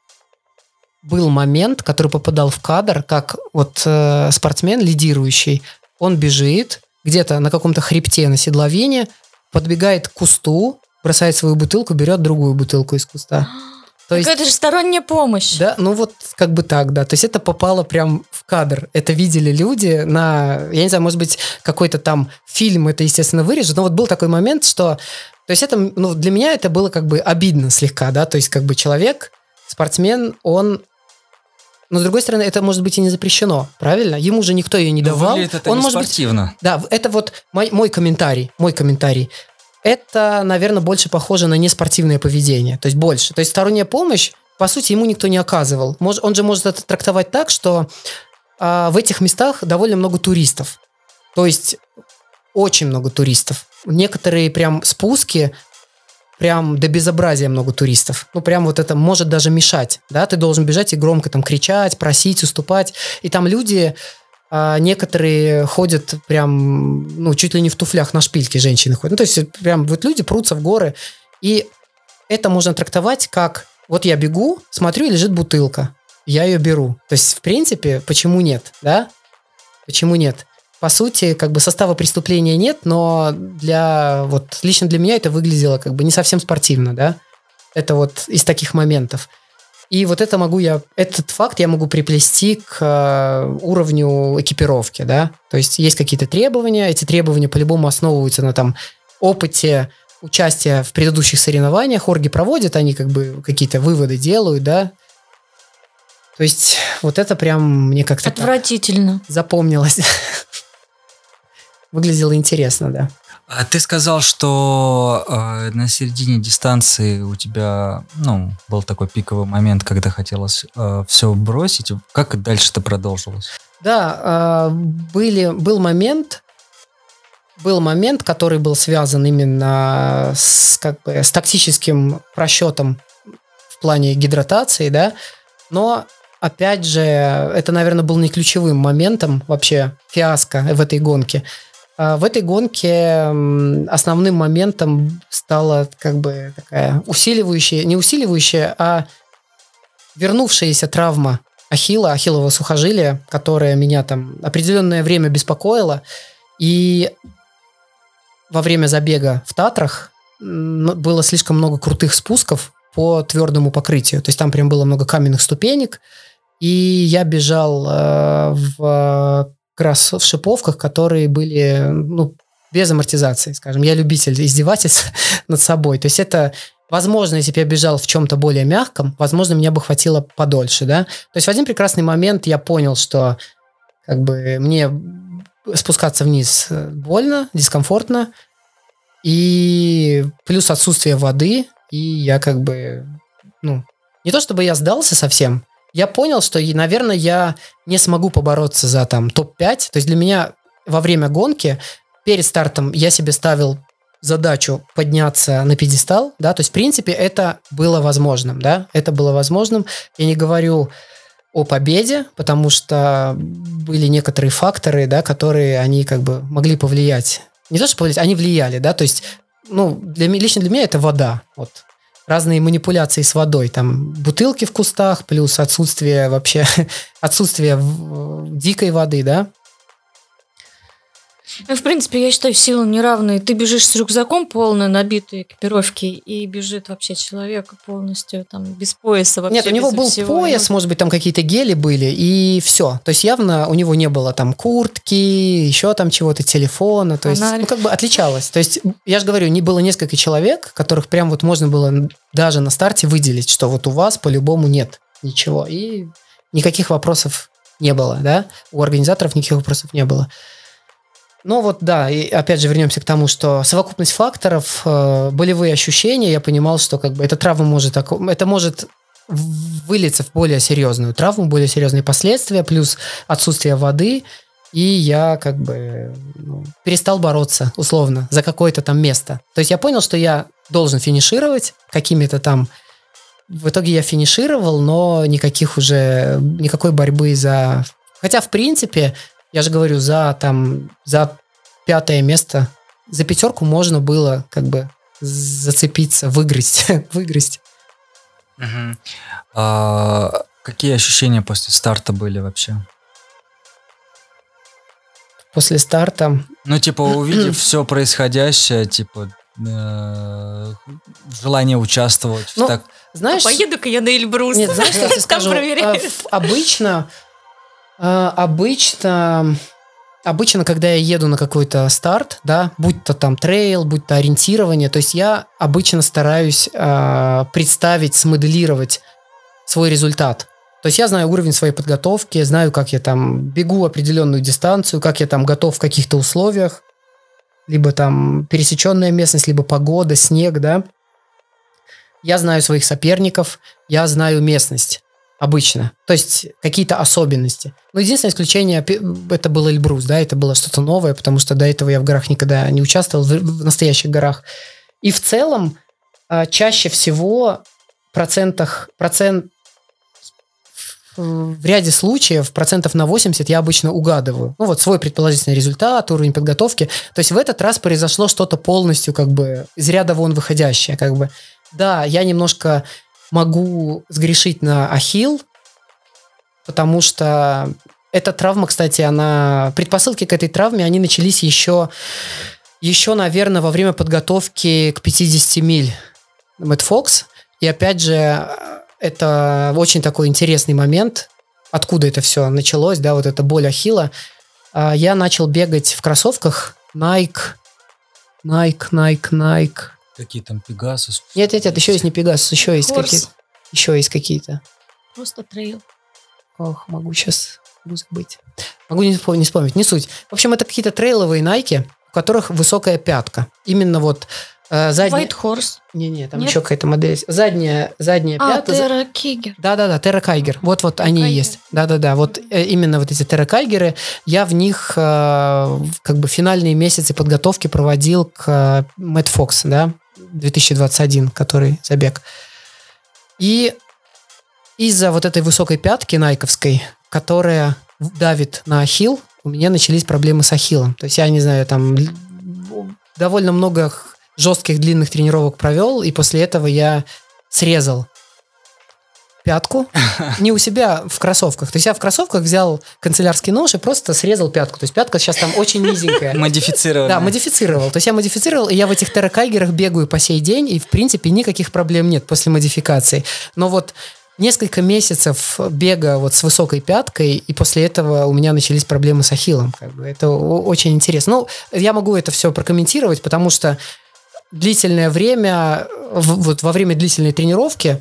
был момент, который попадал в кадр, как вот э, спортсмен, лидирующий, он бежит где-то на каком-то хребте на седловине, подбегает к кусту, бросает свою бутылку, берет другую бутылку из куста. То есть, это же сторонняя помощь. Да, ну вот как бы так, да. То есть это попало прям в кадр. Это видели люди на, я не знаю, может быть, какой-то там фильм это, естественно, вырежет, но вот был такой момент, что, то есть это, ну, для меня это было как бы обидно слегка, да, то есть как бы человек, спортсмен, он... Но, с другой стороны, это, может быть, и не запрещено, правильно? Ему же никто ее не давал. Выглядит это он, не может спортивно. Быть, да, это вот мой, мой комментарий, мой комментарий. Это, наверное, больше похоже на неспортивное поведение. То есть больше. То есть сторонняя помощь, по сути, ему никто не оказывал. Мож, он же может это трактовать так, что а, в этих местах довольно много туристов. То есть очень много туристов. Некоторые прям спуски... Прям до безобразия много туристов. Ну, прям вот это может даже мешать, да? Ты должен бежать и громко там кричать, просить, уступать. И там люди, а, некоторые ходят прям, ну, чуть ли не в туфлях на шпильке женщины ходят. Ну, то есть прям вот люди прутся в горы. И это можно трактовать как вот я бегу, смотрю, и лежит бутылка. Я ее беру. То есть, в принципе, почему нет, да? Почему нет? По сути, как бы состава преступления нет, но для вот лично для меня это выглядело как бы не совсем спортивно, да. Это вот из таких моментов. И вот это могу я, этот факт я могу приплести к уровню экипировки, да. То есть есть какие-то требования, эти требования по-любому основываются на там опыте участия в предыдущих соревнованиях. Орги проводят, они как бы какие-то выводы делают, да. То есть вот это прям мне как-то отвратительно запомнилось. Выглядело интересно, да. А ты сказал, что э, на середине дистанции у тебя, ну, был такой пиковый момент, когда хотелось э, все бросить. Как дальше это продолжилось? Да, э, были, был момент, был момент, который был связан именно с, как бы, с тактическим просчетом в плане гидратации, да, но опять же, это, наверное, был не ключевым моментом вообще фиаско в этой гонке. В этой гонке основным моментом стала как бы такая усиливающая, не усиливающая, а вернувшаяся травма ахилла, ахиллового сухожилия, которая меня там определенное время беспокоила. И во время забега в Татрах было слишком много крутых спусков по твердому покрытию. То есть там прям было много каменных ступенек, и я бежал э, в, как раз в шиповках, которые были ну, без амортизации, скажем. Я любитель издевательств над собой. То есть это, возможно, если бы я бежал в чем-то более мягком, возможно, мне бы хватило подольше, да. То есть в один прекрасный момент я понял, что как бы мне спускаться вниз больно, дискомфортно, и плюс отсутствие воды, и я как бы, ну, не то чтобы я сдался совсем, я понял, что, наверное, я не смогу побороться за там топ пять, то есть для меня во время гонки, перед стартом я себе ставил задачу подняться на пьедестал, да, то есть в принципе это было возможным, да, это было возможным, я не говорю о победе, потому что были некоторые факторы, да, которые они как бы могли повлиять. Не то, что повлиять, они влияли, да, то есть, ну, для, лично для меня это вода, вот. Разные манипуляции с водой, там, бутылки в кустах, плюс отсутствие вообще, отсутствие дикой воды, да. Ну, в принципе, я считаю, силы неравные. Ты бежишь с рюкзаком полной набитой экипировки, и бежит вообще человек полностью там без пояса вообще. Нет, у него был всего. пояс, может быть, там какие-то гели были, и все. То есть явно у него не было там куртки, еще там чего-то, телефона. То есть, ну, как бы отличалось. То есть, я же говорю, не было несколько человек, которых прям вот можно было даже на старте выделить, что вот у вас по-любому нет ничего. И никаких вопросов не было, да? У организаторов никаких вопросов не было. Ну вот да, и опять же вернемся к тому, что совокупность факторов, э, болевые ощущения, я понимал, что как бы эта травма может, это может вылиться в более серьезную травму, более серьезные последствия, плюс отсутствие воды, и я как бы ну, перестал бороться, условно, за какое-то там место. То есть я понял, что я должен финишировать какими-то там... В итоге я финишировал, но никаких уже, никакой борьбы за... Хотя, в принципе... Я же говорю, за, там, за пятое место, за пятерку можно было как бы зацепиться, выгрызть. выгрызть. Угу. А, какие ощущения после старта были вообще? После старта? Ну, типа, увидев все происходящее, типа, э, желание участвовать. Ну, в так... знаешь... А поеду-ка я на Эльбрус. Нет, знаешь, что я тебе скажу? Обычно... Обычно, обычно, когда я еду на какой-то старт, да, будь то там трейл, будь то ориентирование, то есть я обычно стараюсь э, представить, смоделировать свой результат. То есть я знаю уровень своей подготовки, знаю, как я там бегу определенную дистанцию, как я там готов в каких-то условиях, либо там пересеченная местность, либо погода, снег, да. Я знаю своих соперников, я знаю местность. Обычно. То есть какие-то особенности. Но единственное исключение, это был Эльбрус, да, это было что-то новое, потому что до этого я в горах никогда не участвовал, в настоящих горах. И в целом чаще всего процентах, процент, в ряде случаев процентов на восемьдесят я обычно угадываю. Ну вот свой предположительный результат, уровень подготовки. То есть в этот раз произошло что-то полностью как бы из ряда вон выходящее. Как бы. Да, я немножко... могу сгрешить на ахилл, потому что эта травма, кстати, она... Предпосылки к этой травме, они начались еще, еще, наверное, во время подготовки к пятидесяти миль Мэтт Фокс. И опять же, это очень такой интересный момент, откуда это все началось, да, вот эта боль ахилла. Я начал бегать в кроссовках Nike, Nike, Nike, Nike... Какие там Пегасус? Нет, нет, нет, еще есть не Пегасус, еще есть какие-то. Еще есть какие-то. Просто трейл. Ох, могу сейчас забыть. Могу не вспомнить, не вспомнить, не суть. В общем, это какие-то трейловые Nike, у которых высокая пятка. Именно вот э, задняя... White Horse. Не-не, там нет? Еще какая-то модель. Задняя, задняя а, пятка. А, Терра Кайгер. Да-да-да, Терра Кайгер. Вот-вот они и есть. Да-да-да, вот э, именно вот эти Терра Кайгеры. Я в них э, как бы финальные месяцы подготовки проводил к э, Мэтт Фокс, да, две тысячи двадцать один, который забег. И из-за вот этой высокой пятки найковской, которая давит на ахилл, у меня начались проблемы с ахиллом. То есть я, не знаю, там довольно много жестких длинных тренировок провел, и после этого я срезал пятку. Не у себя в кроссовках. То есть я в кроссовках взял канцелярский нож и просто срезал пятку. То есть пятка сейчас там очень низенькая. Модифицировал. Да, модифицировал. То есть я модифицировал, и я в этих терракайгерах бегаю по сей день, и в принципе никаких проблем нет после модификации. Но вот несколько месяцев бега вот с высокой пяткой, и после этого у меня начались проблемы с ахиллом. Как бы. Это очень интересно. Ну, я могу это все прокомментировать, потому что длительное время, вот во время длительной тренировки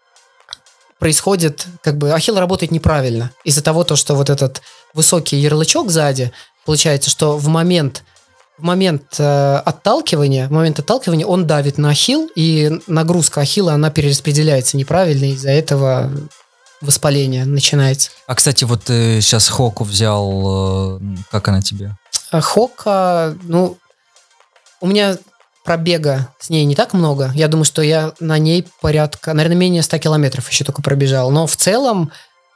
происходит, как бы, ахилл работает неправильно. Из-за того, то, что вот этот высокий ярлычок сзади, получается, что в момент, в момент э, отталкивания, в момент отталкивания он давит на ахилл, и нагрузка ахилла, она перераспределяется неправильно, и из-за этого воспаление начинается. А, кстати, вот ты сейчас Хоку взял, э, как она тебе? Хока, ну, у меня пробега с ней не так много. Я думаю, что я на ней порядка, наверное, менее ста километров еще только пробежал. Но в целом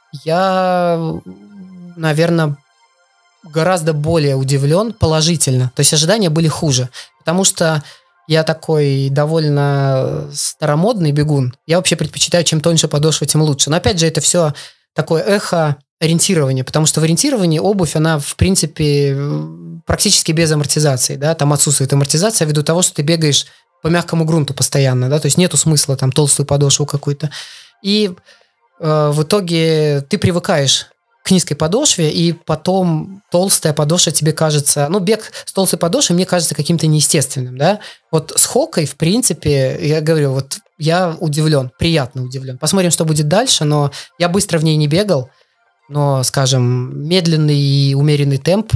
я, наверное, гораздо более удивлен положительно. То есть ожидания были хуже. Потому что я такой довольно старомодный бегун. Я вообще предпочитаю, чем тоньше подошва, тем лучше. Но опять же, это все такое эхо ориентирования. Потому что в ориентировании обувь, она, в принципе, практически без амортизации, да, там отсутствует амортизация ввиду того, что ты бегаешь по мягкому грунту постоянно, да, то есть нету смысла там толстую подошву какую-то. И э, в итоге ты привыкаешь к низкой подошве, и потом толстая подошва тебе кажется... Ну, бег с толстой подошвой мне кажется каким-то неестественным, да. Вот с Хокой, в принципе, я говорю, вот я удивлен, приятно удивлен. Посмотрим, что будет дальше, но я быстро в ней не бегал, но, скажем, медленный и умеренный темп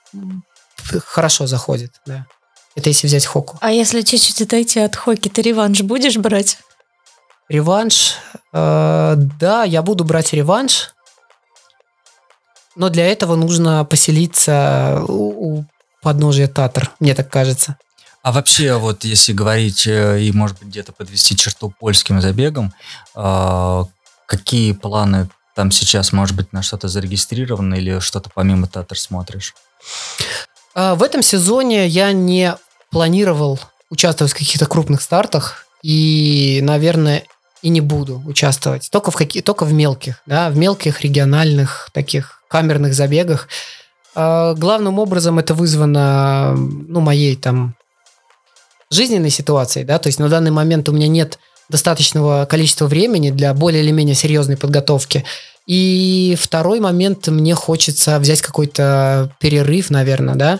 хорошо заходит, да. Это если взять Хоку. А если чуть-чуть отойти от Хоки, ты реванш будешь брать? Реванш? Э, да, я буду брать реванш, но для этого нужно поселиться у, у подножия Татр, мне так кажется. А вообще, вот если говорить и, может быть, где-то подвести черту польским забегом, э, какие планы там сейчас, может быть, на что-то зарегистрировано или что-то помимо Татр смотришь? В этом сезоне я не планировал участвовать в каких-то крупных стартах и, наверное, и не буду участвовать. Только в, каких, только в мелких, да, в мелких региональных таких камерных забегах. Главным образом это вызвано, ну, моей там жизненной ситуацией, да, то есть на данный момент у меня нет достаточного количества времени для более или менее серьезной подготовки. И второй момент, мне хочется взять какой-то перерыв, наверное, да.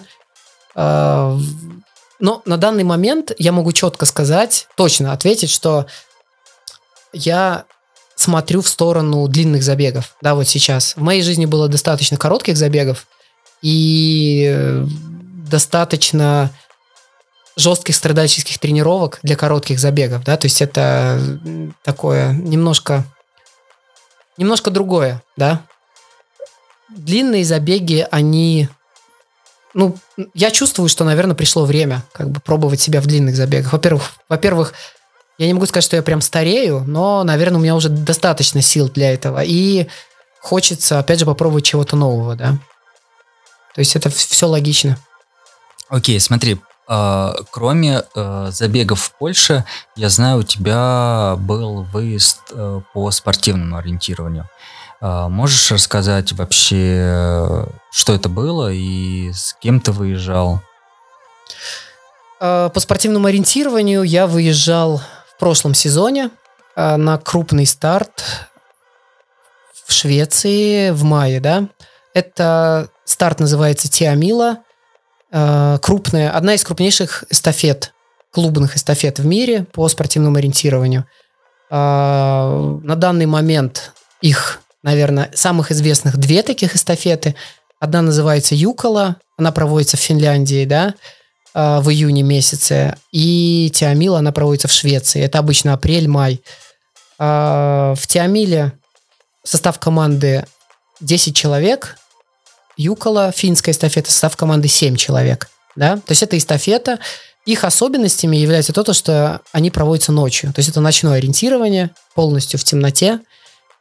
Но на данный момент я могу четко сказать, точно ответить, что я смотрю в сторону длинных забегов, да, вот сейчас. В моей жизни было достаточно коротких забегов и достаточно жестких страдальческих тренировок для коротких забегов, да, то есть это такое немножко... Немножко другое, да. Длинные забеги, они... Ну, я чувствую, что, наверное, пришло время как бы пробовать себя в длинных забегах. Во-первых, во-первых, я не могу сказать, что я прям старею, но, наверное, у меня уже достаточно сил для этого. И хочется, опять же, попробовать чего-то нового, да. То есть это все логично. Окей, смотри, э, кроме э, забегов в Польше, я знаю, у тебя был выезд э, по спортивному ориентированию. Э, можешь рассказать вообще, что это было и с кем ты выезжал? Э, по спортивному ориентированию я выезжал в прошлом сезоне э, на крупный старт в Швеции в мае, да. Это старт называется Тиамила. Крупная, одна из крупнейших эстафет, клубных эстафет в мире по спортивному ориентированию. На данный момент их, наверное, самых известных две таких эстафеты. Одна называется Юкола, она проводится в Финляндии, да, в июне месяце. И Тиамила, она проводится в Швеции. Это обычно апрель-май. В Тиамиле состав команды десять человек. Юкола, финская эстафета, состав команды семь человек. Да? То есть это эстафета. Их особенностями является то, что они проводятся ночью. То есть это ночное ориентирование, полностью в темноте.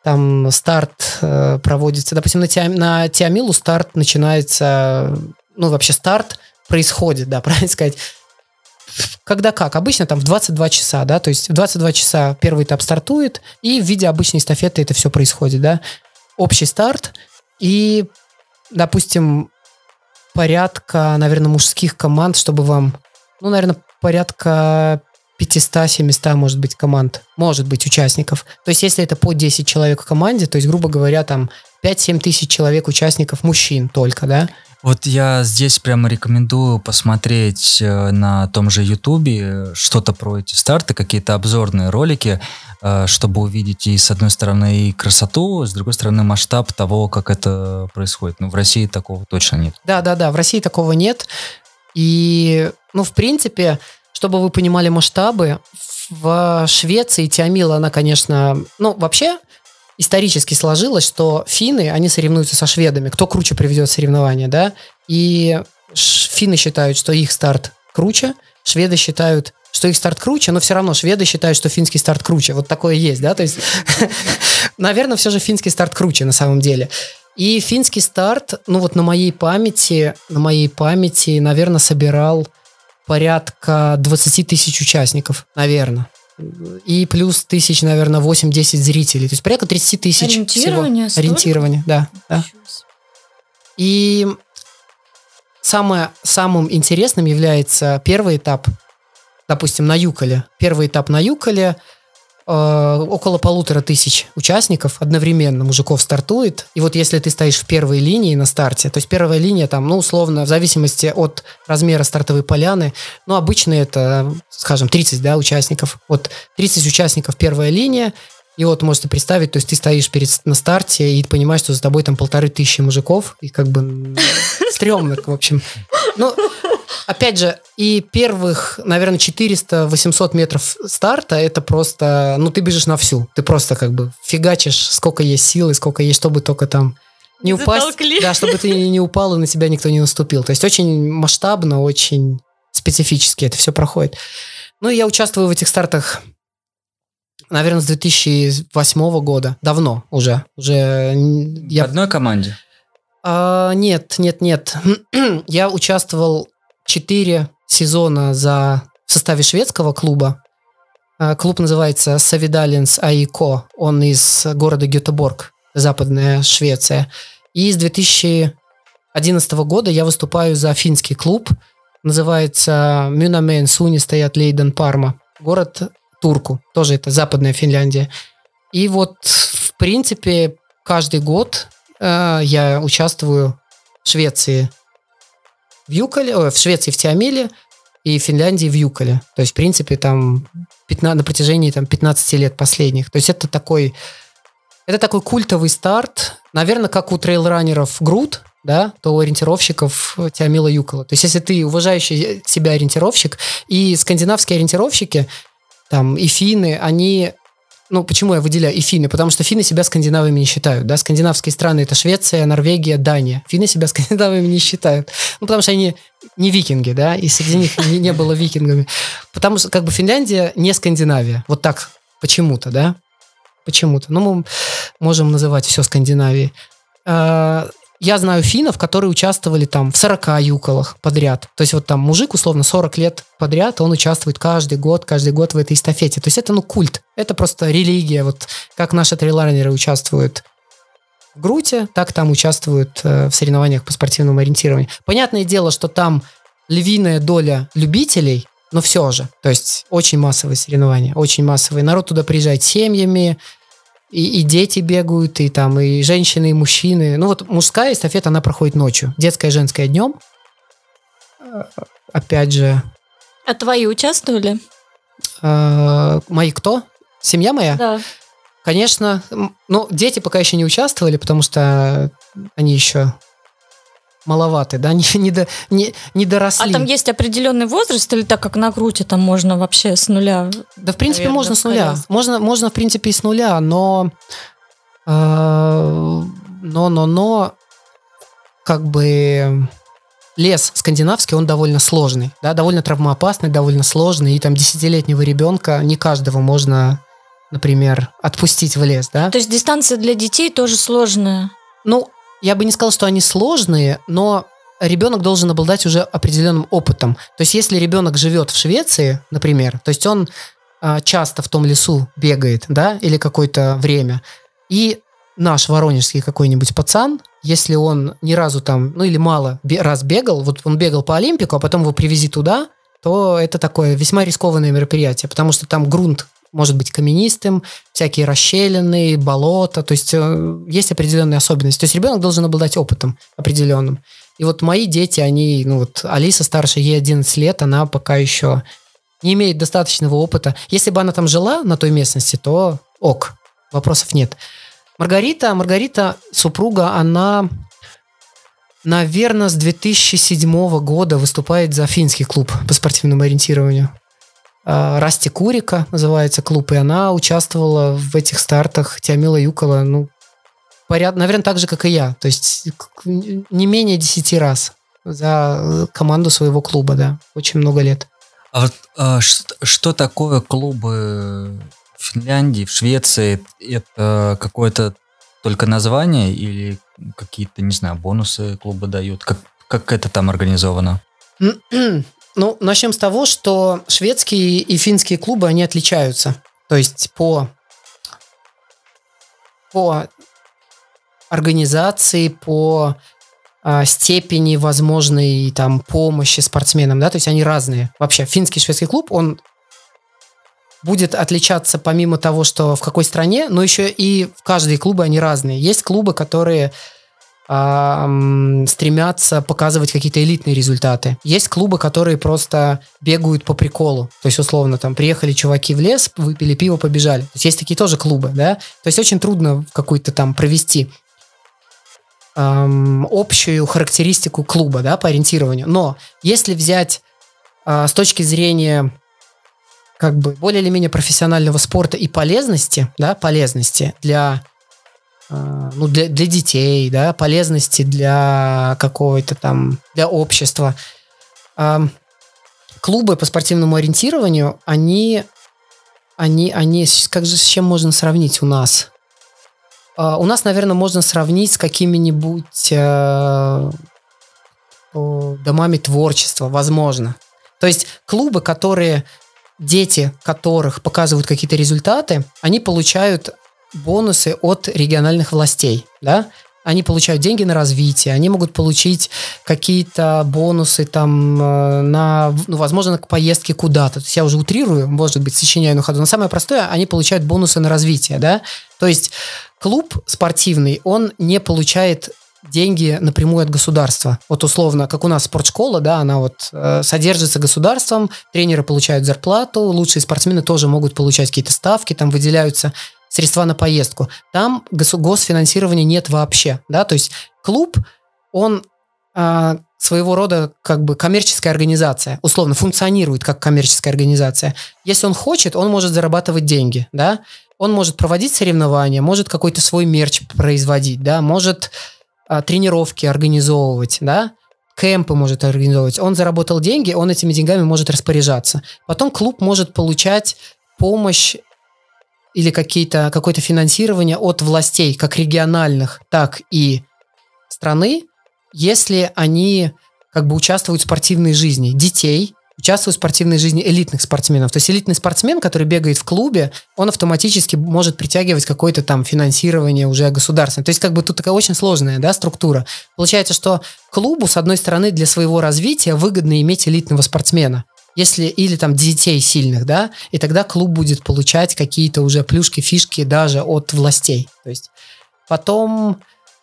там старт э, проводится, допустим, на, Тиам, на Тиамилу старт начинается, ну, вообще старт происходит, да, правильно сказать, когда как? Обычно там в двадцать два часа, да, то есть в двадцать два часа первый этап стартует, и в виде обычной эстафеты это все происходит, да. Общий старт, и, допустим, порядка, наверное, мужских команд, чтобы вам, ну, наверное, порядка пятьсот-семьсот, может быть, команд, может быть, участников. То есть если это по десять человек в команде, то есть, грубо говоря, там пять-семь тысяч человек участников, мужчин только, да. Вот я здесь прямо рекомендую посмотреть на том же Ютубе что-то про эти старты, какие-то обзорные ролики, чтобы увидеть и с одной стороны и красоту, с другой стороны масштаб того, как это происходит. Ну, в России такого точно нет. Да-да-да, в России такого нет. И, ну, в принципе, чтобы вы понимали масштабы, в Швеции Тиамила, она, конечно, ну, вообще... исторически сложилось, что финны, они соревнуются со шведами, кто круче приведет соревнования, да, и финны считают, что их старт круче, шведы считают, что их старт круче, но все равно шведы считают, что финский старт круче, вот такое есть, да, то есть, наверное, все же финский старт круче на самом деле. И финский старт, ну вот на моей памяти, на моей памяти, наверное, собирал порядка двадцать тысяч участников, наверное. И плюс тысяч, наверное, восемь-десять зрителей. То есть порядка тридцать тысяч Ориентирование? Всего. Ориентирование, да, да. И самое, самым интересным является первый этап, допустим, на Юколе. Первый этап на Юколе. Э, около полутора тысяч участников одновременно мужиков стартует. И вот если ты стоишь в первой линии на старте, то есть первая линия там, ну, условно, в зависимости от размера стартовой поляны, ну, обычно это, скажем, тридцать, да, участников. Вот тридцать участников первая линия, и вот можете представить, то есть ты стоишь перед, на старте и понимаешь, что за тобой там полторы тысячи мужиков, и как бы стрёмно, в общем. Ну, опять же, и первых, наверное, четыреста-восемьсот метров старта, это просто, ну, ты бежишь на всю. Ты просто как бы фигачишь, сколько есть силы, сколько есть, чтобы только там не упасть. Затолкли. Да, чтобы ты не упал и на тебя никто не наступил. То есть очень масштабно, очень специфически это все проходит. Ну, и я участвую в этих стартах, наверное, с две тысячи восьмого года. Давно уже. уже я... В одной команде? А, нет, нет, нет. Я участвовал четыре сезона за... в составе шведского клуба. Клуб называется Савидалинс АИКО. Он из города Гетеборг, Западная Швеция. И с две тысячи одиннадцатого года я выступаю за финский клуб. Называется Mynämäen Suunnistajat Leiden Parma. Город Турку. Тоже это Западная Финляндия. И вот, в принципе, каждый год э, я участвую в Швеции в Юколе, о, в Швеции в Тиамиле и в Финляндии в Юколе. То есть, в принципе, там пятнадцать, на протяжении там, пятнадцати лет последних. То есть это такой, это такой культовый старт. Наверное, как у трейлранеров Грут, да, то у ориентировщиков Тиамила Юкола. То есть если ты уважающий себя ориентировщик, и скандинавские ориентировщики, там, и финны, они... Ну, почему я выделяю и финны? Потому что финны себя скандинавами не считают, да, скандинавские страны – это Швеция, Норвегия, Дания. Финны себя скандинавами не считают, ну, потому что они не викинги, да, и среди них не, не было викингами. Потому что, как бы, Финляндия не Скандинавия, вот так почему-то, да, почему-то. Ну, мы можем называть все Скандинавией. Я знаю финнов, которые участвовали там в сорока юколах подряд. То есть вот там мужик, условно, сорок лет подряд, он участвует каждый год, каждый год в этой эстафете. То есть это, ну, культ. Это просто религия. Вот как наши трейлранеры участвуют в Груте, так там участвуют э, в соревнованиях по спортивному ориентированию. Понятное дело, что там львиная доля любителей, но все же. То есть очень массовые соревнования, очень массовые. Народ туда приезжает с семьями, И, и дети бегают, и там, и женщины, и мужчины. Ну вот мужская эстафета, она проходит ночью. Детская и женская днем. Опять же... А твои участвовали? Э, мои кто? Семья моя? Да. Конечно. Ну, дети пока еще не участвовали, потому что они еще маловаты, да, не, не, до, не, не доросли. А там есть определенный возраст, или так как на Груте, там можно вообще с нуля? Да, в принципе, наверное, можно с нуля. коляску. Можно, можно, в принципе, и с нуля, но... Э, но, но, но... Как бы... Лес скандинавский, он довольно сложный, да, довольно травмоопасный, довольно сложный, и там десятилетнего ребенка, не каждого можно например, отпустить в лес, да. То есть дистанция для детей тоже сложная? Ну, я бы не сказал, что они сложные, но ребенок должен обладать уже определенным опытом. То есть если ребенок живет в Швеции, например, то есть он а, часто в том лесу бегает, да, или какое-то время, и наш воронежский какой-нибудь пацан, если он ни разу там, ну или мало раз бегал, вот он бегал по Олимпику, а потом его привези туда, то это такое весьма рискованное мероприятие, потому что там грунт может быть каменистым, всякие расщелины, болота, то есть э, есть определенные особенности. То есть ребенок должен обладать опытом определенным. И вот мои дети, они, ну вот Алиса старшая, ей одиннадцать лет, она пока еще не имеет достаточного опыта. Если бы она там жила на той местности, то ок, вопросов нет. Маргарита, Маргарита, супруга, она, наверное, с две тысячи седьмого года выступает за финский клуб по спортивному ориентированию. Расти Курика называется клуб, и она участвовала в этих стартах. Тиамила Юкола, ну, поряд... наверное, так же, как и я. То есть не менее десяти раз за команду своего клуба, да. Очень много лет. А вот а, что, что такое клубы в Финляндии, в Швеции? Это какое-то только название или какие-то, не знаю, бонусы клубы дают? Как, как это там организовано? Ну, начнем с того, что шведские и финские клубы, они отличаются. То есть по, по организации, по а, степени возможной там, помощи спортсменам, да, то есть они разные. Вообще, финский и шведский клуб, он будет отличаться помимо того, что в какой стране, но еще и в каждой клубе они разные. Есть клубы, которые стремятся показывать какие-то элитные результаты. Есть клубы, которые просто бегают по приколу. То есть, условно, там, приехали чуваки в лес, выпили пиво, побежали. То есть, есть такие тоже клубы, да? То есть, очень трудно какую-то там провести эм, общую характеристику клуба, да, по ориентированию. Но если взять э, с точки зрения как бы более или менее профессионального спорта и полезности, да, полезности для ну, для, для детей, да, полезности для какого-то там, для общества. А, клубы по спортивному ориентированию, они, они, они, как же, с чем можно сравнить у нас? А, у нас, наверное, можно сравнить с какими-нибудь а, домами творчества, возможно. То есть клубы, которые, дети которых показывают какие-то результаты, они получают бонусы от региональных властей, да, они получают деньги на развитие, они могут получить какие-то бонусы там на, ну, возможно, к поездке куда-то. То есть я уже утрирую, может быть, сочиняю на ходу, но самое простое, они получают бонусы на развитие, да, то есть клуб спортивный, он не получает деньги напрямую от государства. Вот условно, как у нас спортшкола, да, она вот э, содержится государством, тренеры получают зарплату, лучшие спортсмены тоже могут получать какие-то ставки, там выделяются средства на поездку. Там гос- госфинансирования нет вообще, да, то есть клуб, он э, своего рода как бы коммерческая организация, условно, функционирует как коммерческая организация. Если он хочет, он может зарабатывать деньги, да, он может проводить соревнования, может какой-то свой мерч производить, да, может э, тренировки организовывать, да, кемпы может организовывать. Он заработал деньги, он этими деньгами может распоряжаться. Потом клуб может получать помощь или какие-то, какое-то финансирование от властей, как региональных, так и страны, если они как бы участвуют в спортивной жизни детей, участвуют в спортивной жизни элитных спортсменов. То есть элитный спортсмен, который бегает в клубе, он автоматически может притягивать какое-то там финансирование уже государственное. То есть как бы тут такая очень сложная, да, структура. Получается, что клубу, с одной стороны, для своего развития выгодно иметь элитного спортсмена. Если, или там детей сильных, да, и тогда клуб будет получать какие-то уже плюшки, фишки даже от властей. То есть потом,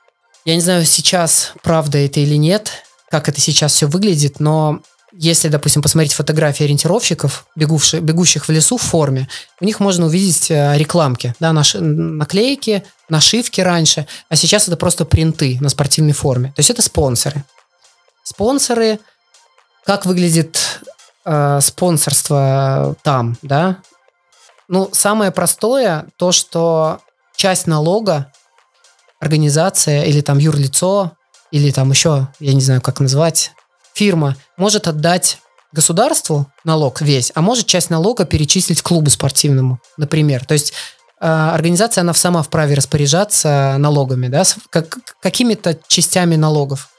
я не знаю сейчас, правда это или нет, как это сейчас все выглядит, но если, допустим, посмотреть фотографии ориентировщиков, бегущих, бегущих в лесу в форме, у них можно увидеть рекламки, да, наши, наклейки, нашивки раньше, а сейчас это просто принты на спортивной форме. То есть это спонсоры. Спонсоры, как выглядит спонсорство там, да? Ну, самое простое, то, что часть налога организация или там юрлицо, или там еще, я не знаю, как назвать, фирма может отдать государству налог весь, а может часть налога перечислить клубу спортивному, например. То есть организация, она сама вправе распоряжаться налогами, да, как, какими-то частями налогов.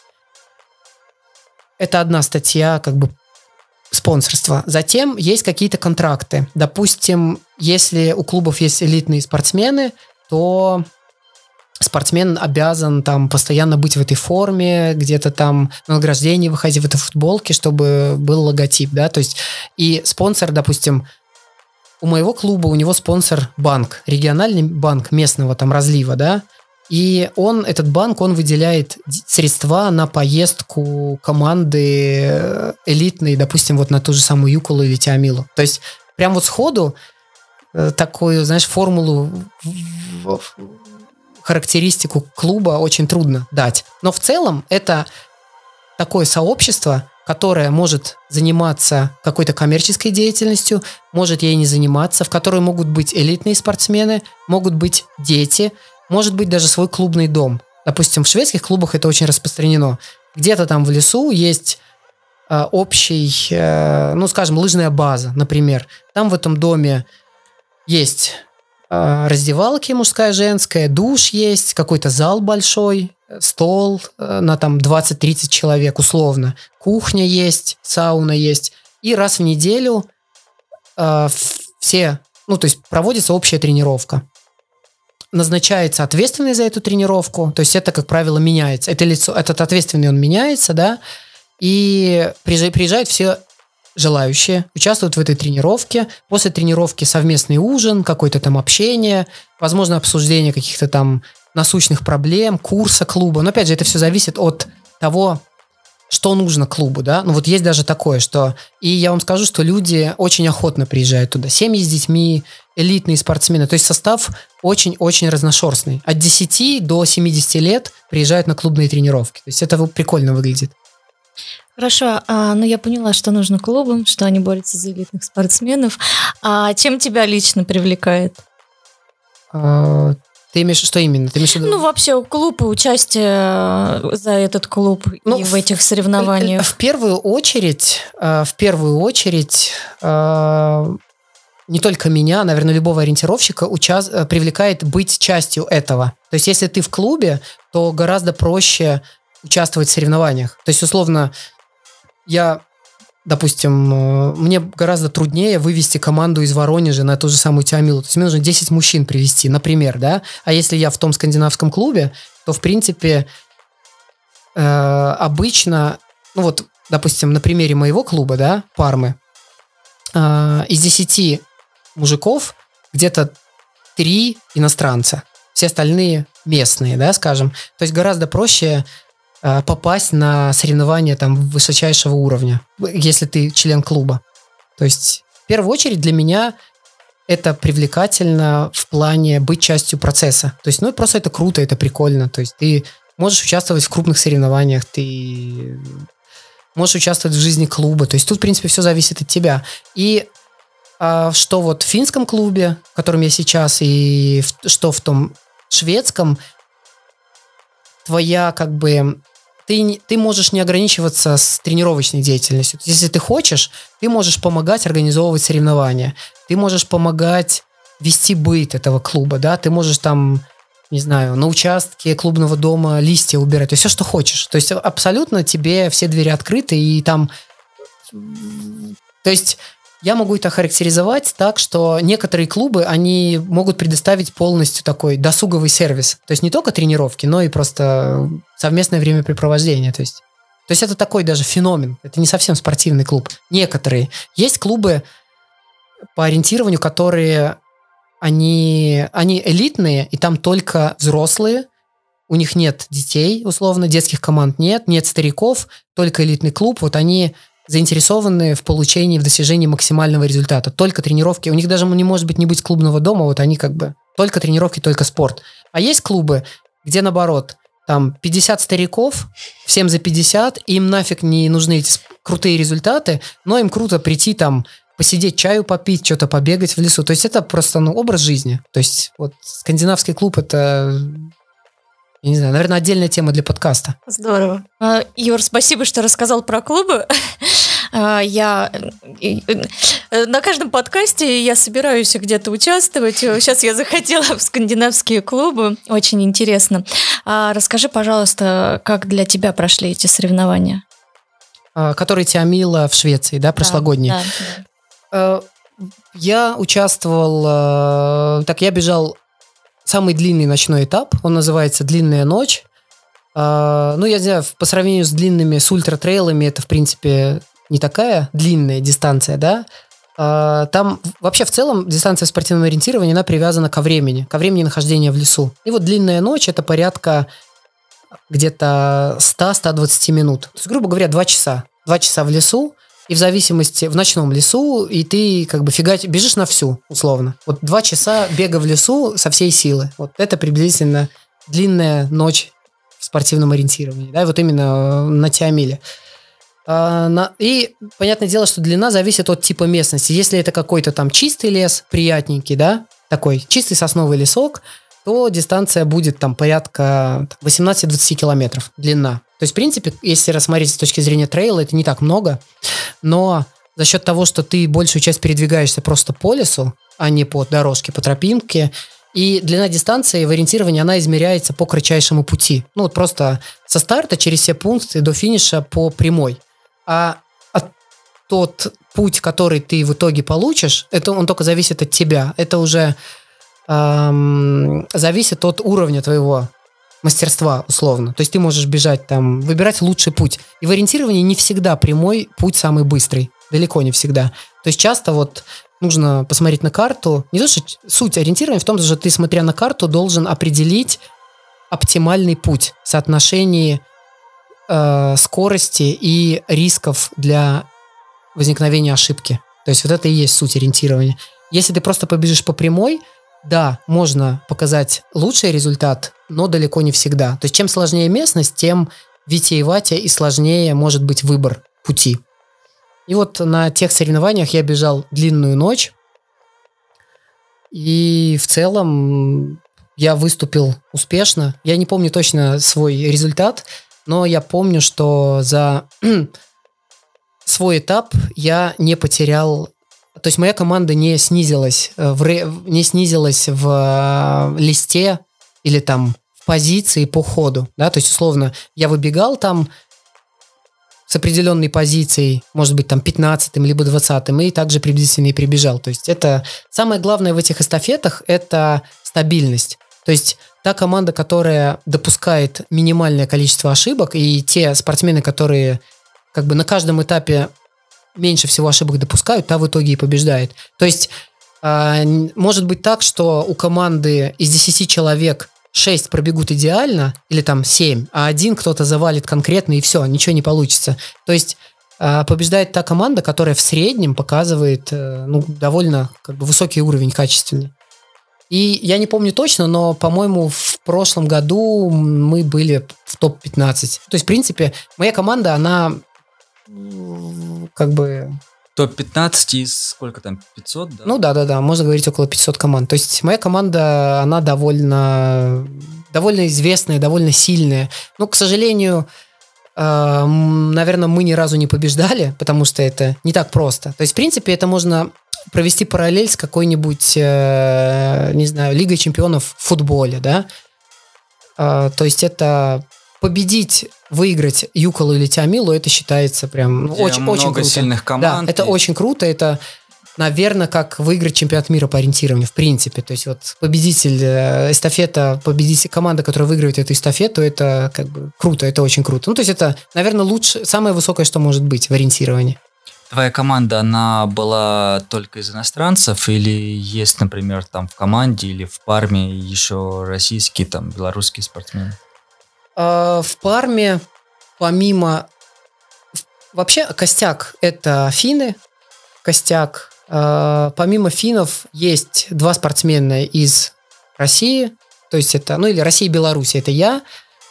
Это одна статья, как бы, спонсорства. Затем есть какие-то контракты. Допустим, если у клубов есть элитные спортсмены, то спортсмен обязан там постоянно быть в этой форме, где-то там на награждении выходить в этой футболке, чтобы был логотип, да, то есть и спонсор, допустим, у моего клуба, у него спонсор банк, региональный банк местного там разлива, да, и он, этот банк, он выделяет средства на поездку команды элитной, допустим, вот на ту же самую Юколу или Тиамилу. То есть прям вот сходу такую, знаешь, формулу, характеристику клуба очень трудно дать. Но в целом это такое сообщество, которое может заниматься какой-то коммерческой деятельностью, может ей не заниматься, в которой могут быть элитные спортсмены, могут быть дети, может быть даже свой клубный дом. Допустим, в шведских клубах это очень распространено. Где-то там в лесу есть э, общий, э, ну, скажем, лыжная база, например. Там в этом доме есть э, раздевалки мужская, женская, душ есть, какой-то зал большой, стол э, на там двадцать-тридцать человек условно, кухня есть, сауна есть. И раз в неделю э, все, ну, то есть проводится общая тренировка. Назначается ответственный за эту тренировку, то есть это, как правило, меняется. Это лицо, этот ответственный, он меняется, да, и приезжают все желающие, участвуют в этой тренировке. После тренировки совместный ужин, какое-то там общение, возможно, обсуждение каких-то там насущных проблем, курса клуба. Но, опять же, это все зависит от того, что нужно клубу, да. Ну, вот есть даже такое, что... И я вам скажу, что люди очень охотно приезжают туда. Семьи с детьми, элитные спортсмены. То есть состав очень-очень разношерстный. От десяти до семидесяти лет приезжают на клубные тренировки. То есть это прикольно выглядит. Хорошо, а, ну я поняла, что нужно клубам, что они борются за элитных спортсменов. А чем тебя лично привлекает? А, ты имеешь, что именно? Ты имеешь в виду? Ну, вообще, клуб и участие за этот клуб ну, и в этих соревнованиях. В, в первую очередь, в первую очередь, не только меня, наверное, любого ориентировщика уча- привлекает быть частью этого. То есть, если ты в клубе, то гораздо проще участвовать в соревнованиях. То есть, условно, я, допустим, мне гораздо труднее вывести команду из Воронежа на ту же самую Тиамилу. То есть, мне нужно десять мужчин привести, например, да. А если я в том скандинавском клубе, то, в принципе, э, обычно, ну вот, допустим, на примере моего клуба, да, Пармы, э, из десяти мужиков где-то три иностранца. Все остальные местные, да, скажем. То есть гораздо проще э, попасть на соревнования там высочайшего уровня, если ты член клуба. То есть в первую очередь для меня это привлекательно в плане быть частью процесса. То есть, ну, просто это круто, это прикольно. То есть ты можешь участвовать в крупных соревнованиях, ты можешь участвовать в жизни клуба. То есть тут, в принципе, все зависит от тебя. И что вот в финском клубе, в котором я сейчас, и в, что в том шведском, твоя как бы... Ты, ты можешь не ограничиваться с тренировочной деятельностью. Если ты хочешь, ты можешь помогать организовывать соревнования. Ты можешь помогать вести быт этого клуба, да? Ты можешь там, не знаю, на участке клубного дома листья убирать. То есть все, что хочешь. То есть абсолютно тебе все двери открыты, и там... То есть... Я могу это характеризовать так, что некоторые клубы, они могут предоставить полностью такой досуговый сервис. То есть не только тренировки, но и просто совместное времяпрепровождение. То есть, то есть это такой даже феномен. Это не совсем спортивный клуб. Некоторые. Есть клубы по ориентированию, которые они, они элитные, и там только взрослые. У них нет детей, условно, детских команд нет, нет стариков, только элитный клуб. Вот они... заинтересованы в получении, в достижении максимального результата. Только тренировки. У них даже не может быть не быть клубного дома, вот они как бы только тренировки, только спорт. А есть клубы, где наоборот, там пятьдесят стариков, всем за пятьдесят, им нафиг не нужны эти крутые результаты, но им круто прийти там, посидеть, чаю попить, что-то побегать в лесу. То есть это просто ну, образ жизни. То есть вот скандинавский клуб это... Я не знаю, наверное, отдельная тема для подкаста. Здорово. Юр, спасибо, что рассказал про клубы. Я на каждом подкасте я собираюсь где-то участвовать. Сейчас я захотела в скандинавские клубы. Очень интересно. Расскажи, пожалуйста, как для тебя прошли эти соревнования? Которые Тиамила в Швеции, да, прошлогодние? Да, да. Я участвовал... Так, я бежал самый длинный ночной этап. Он называется «Длинная ночь». Ну, я не знаю, по сравнению с длинными, с ультратрейлами, это, в принципе, не такая длинная дистанция, да. Там вообще в целом дистанция спортивного ориентирования, она привязана ко времени, ко времени нахождения в лесу. И вот длинная ночь – это порядка где-то сто - сто двадцать минут. То есть, грубо говоря, два часа. Два часа в лесу, и в зависимости, в ночном лесу, и ты как бы фигать, бежишь на всю, условно. Вот два часа бега в лесу со всей силы. Вот это приблизительно длинная ночь в спортивном ориентировании. Да, и вот именно на Тиамиле. А, на, и понятное дело, что длина зависит от типа местности. Если это какой-то там чистый лес, приятненький, да, такой чистый сосновый лесок, то дистанция будет там порядка восемнадцать - двадцать километров длина. То есть, в принципе, если рассмотреть с точки зрения трейла, это не так много, но за счет того, что ты большую часть передвигаешься просто по лесу, а не по дорожке, по тропинке, и длина дистанции в ориентировании, она измеряется по кратчайшему пути. Ну, вот просто со старта через все пункты до финиша по прямой. А от, тот путь, который ты в итоге получишь, это он только зависит от тебя. Это уже эм, зависит от уровня твоего мастерства, условно. То есть ты можешь бежать там, выбирать лучший путь. И в ориентировании не всегда прямой путь самый быстрый. Далеко не всегда. То есть часто вот нужно посмотреть на карту. Не то, что суть ориентирования в том, что ты, смотря на карту, должен определить оптимальный путь в соотношении э, скорости и рисков для возникновения ошибки. То есть вот это и есть суть ориентирования. Если ты просто побежишь по прямой, да, можно показать лучший результат, но далеко не всегда. То есть чем сложнее местность, тем витиеватее и сложнее может быть выбор пути. И вот на тех соревнованиях я бежал длинную ночь, и в целом я выступил успешно. Я не помню точно свой результат, но я помню, что за свой этап я не потерял... То есть моя команда не снизилась в, не снизилась в листе или там в позиции по ходу. Да? То есть, условно, я выбегал там с определенной позицией, может быть, там пятнадцатым либо двадцатым, и также приблизительно и прибежал. То есть это самое главное в этих эстафетах – это стабильность. То есть та команда, которая допускает минимальное количество ошибок, и те спортсмены, которые как бы на каждом этапе меньше всего ошибок допускают, та в итоге и побеждает. То есть э, может быть так, что у команды из десяти человек шесть пробегут идеально, или там семь, а один кто-то завалит конкретно, и все, ничего не получится. То есть э, побеждает та команда, которая в среднем показывает э, ну, довольно как бы, высокий уровень качественный. И я не помню точно, но, по-моему, в прошлом году мы были в топ пятнадцать. То есть, в принципе, моя команда, она как бы... топ пятнадцать из сколько там, пятьсот, да? Ну да-да-да, можно говорить около пятьсот команд. То есть моя команда, она довольно, довольно известная, довольно сильная. Но, к сожалению, э, наверное, мы ни разу не побеждали, потому что это не так просто. То есть, в принципе, это можно провести параллель с какой-нибудь, э, не знаю, Лигой чемпионов в футболе, да? Э, то есть это... победить, выиграть Юколу или Тиамилу, это считается прям ну, очень, много очень круто. Сильных команд. Да, это и... очень круто. Это, наверное, как выиграть чемпионат мира по ориентированию, в принципе. То есть вот победитель эстафета, победитель команда, которая выигрывает эту эстафету, это как бы круто, это очень круто. Ну, то есть это, наверное, лучше, самое высокое, что может быть в ориентировании. Твоя команда, она была только из иностранцев или есть, например, там в команде или в Парме еще российские, там, белорусские спортсмены? В Парме, помимо... Вообще, костяк – это финны. Костяк. Помимо финнов есть два спортсмена из России. То есть это... Ну, или Россия и Беларусь – это я.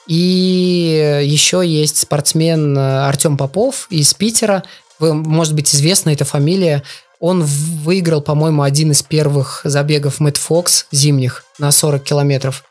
И еще есть спортсмен Артем Попов из Питера. Вы, может быть, известна эта фамилия. Он выиграл, по-моему, один из первых забегов Мэтт Фокс зимних на сорок километров.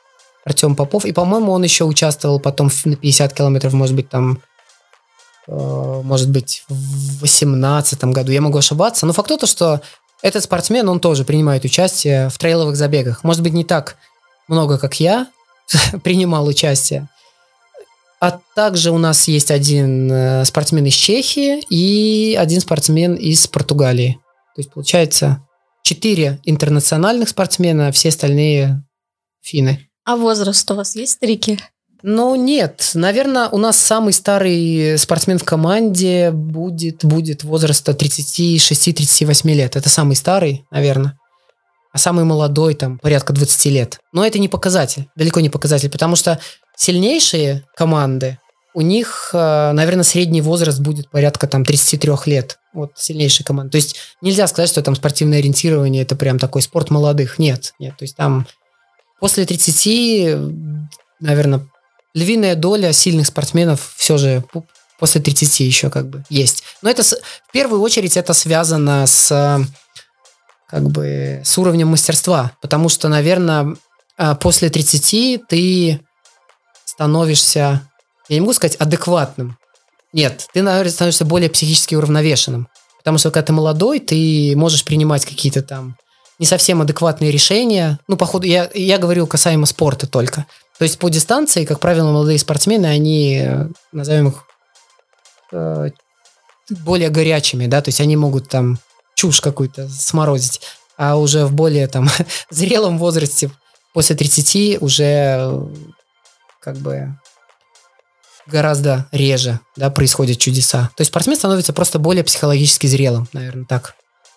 Артем Попов. И, по-моему, он еще участвовал потом на пятьдесят километров, может быть, там, э, может быть, в восемнадцатом году. Я могу ошибаться. Но факт то, что этот спортсмен, он тоже принимает участие в трейловых забегах. Может быть, не так много, как я принимал участие. А также у нас есть один спортсмен из Чехии и один спортсмен из Португалии. То есть, получается, четыре интернациональных спортсмена, а все остальные финны. А возраст у вас есть, старики? Ну, нет. Наверное, у нас самый старый спортсмен в команде будет, будет возраста тридцать шесть - тридцать восемь лет. Это самый старый, наверное. А самый молодой, там, порядка двадцать лет. Но это не показатель, далеко не показатель, потому что сильнейшие команды, у них, наверное, средний возраст будет порядка там тридцать три лет. Вот сильнейшие команды. То есть нельзя сказать, что там спортивное ориентирование это прям такой спорт молодых. Нет, нет. То есть там после тридцати, наверное, львиная доля сильных спортсменов все же после тридцати еще как бы есть. Но это в первую очередь это связано с как бы с уровнем мастерства, потому что, наверное, после тридцати ты становишься, я не могу сказать адекватным. Нет, ты, наверное, становишься более психически уравновешенным, потому что когда ты молодой, ты можешь принимать какие-то там не совсем адекватные решения. Ну, походу, я, я говорил касаемо спорта только. То есть по дистанции, как правило, молодые спортсмены, они, назовем их, э, более горячими, да, то есть они могут там чушь какую-то сморозить, а уже в более там зрелом возрасте, после тридцати, уже как бы гораздо реже, да, происходят чудеса. То есть спортсмен становится просто более психологически зрелым, наверное, так.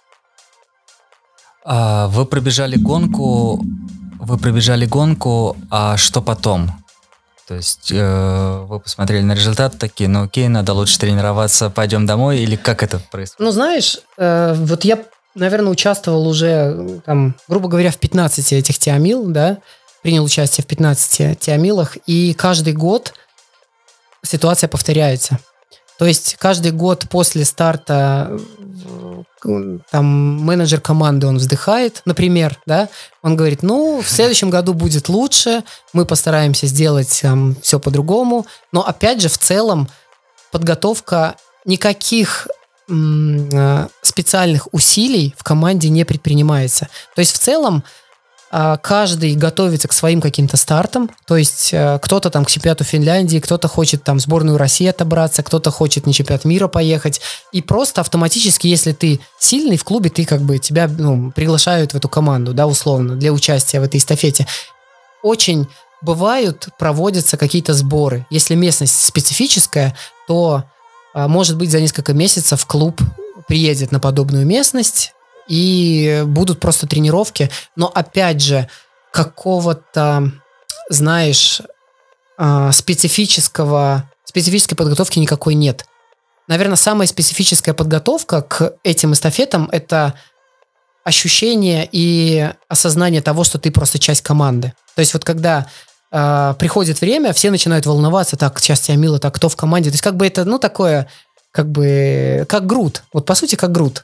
А, вы пробежали гонку, вы пробежали гонку, а что потом? То есть э, вы посмотрели на результат, такие, ну окей, надо лучше тренироваться, пойдем домой, или как это происходит? Ну, знаешь, э, вот я, наверное, участвовал уже, там, грубо говоря, в пятнадцати этих Тиамил, да, принял участие в пятнадцати Тиамилах, и каждый год ситуация повторяется. То есть каждый год после старта там менеджер команды, он вздыхает, например, да, он говорит, ну, в следующем году будет лучше, мы постараемся сделать там, все по-другому, но опять же, в целом, подготовка, никаких м- специальных усилий в команде не предпринимается. То есть в целом каждый готовится к своим каким-то стартам, то есть кто-то там к чемпионату Финляндии, кто-то хочет там в сборную России отобраться, кто-то хочет на чемпионат мира поехать, и просто автоматически, если ты сильный в клубе, ты как бы тебя ну, приглашают в эту команду, да, условно, для участия в этой эстафете. Очень бывают, проводятся какие-то сборы. Если местность специфическая, то, может быть, за несколько месяцев клуб приедет на подобную местность, и будут просто тренировки, но опять же какого-то, знаешь, специфического, специфической подготовки никакой нет. Наверное, самая специфическая подготовка к этим эстафетам – это ощущение и осознание того, что ты просто часть команды. То есть вот когда э, приходит время, все начинают волноваться, так, сейчас Тиамила, так, кто в команде? То есть как бы это, ну, такое, как бы, как Грут. Вот по сути, как Грут.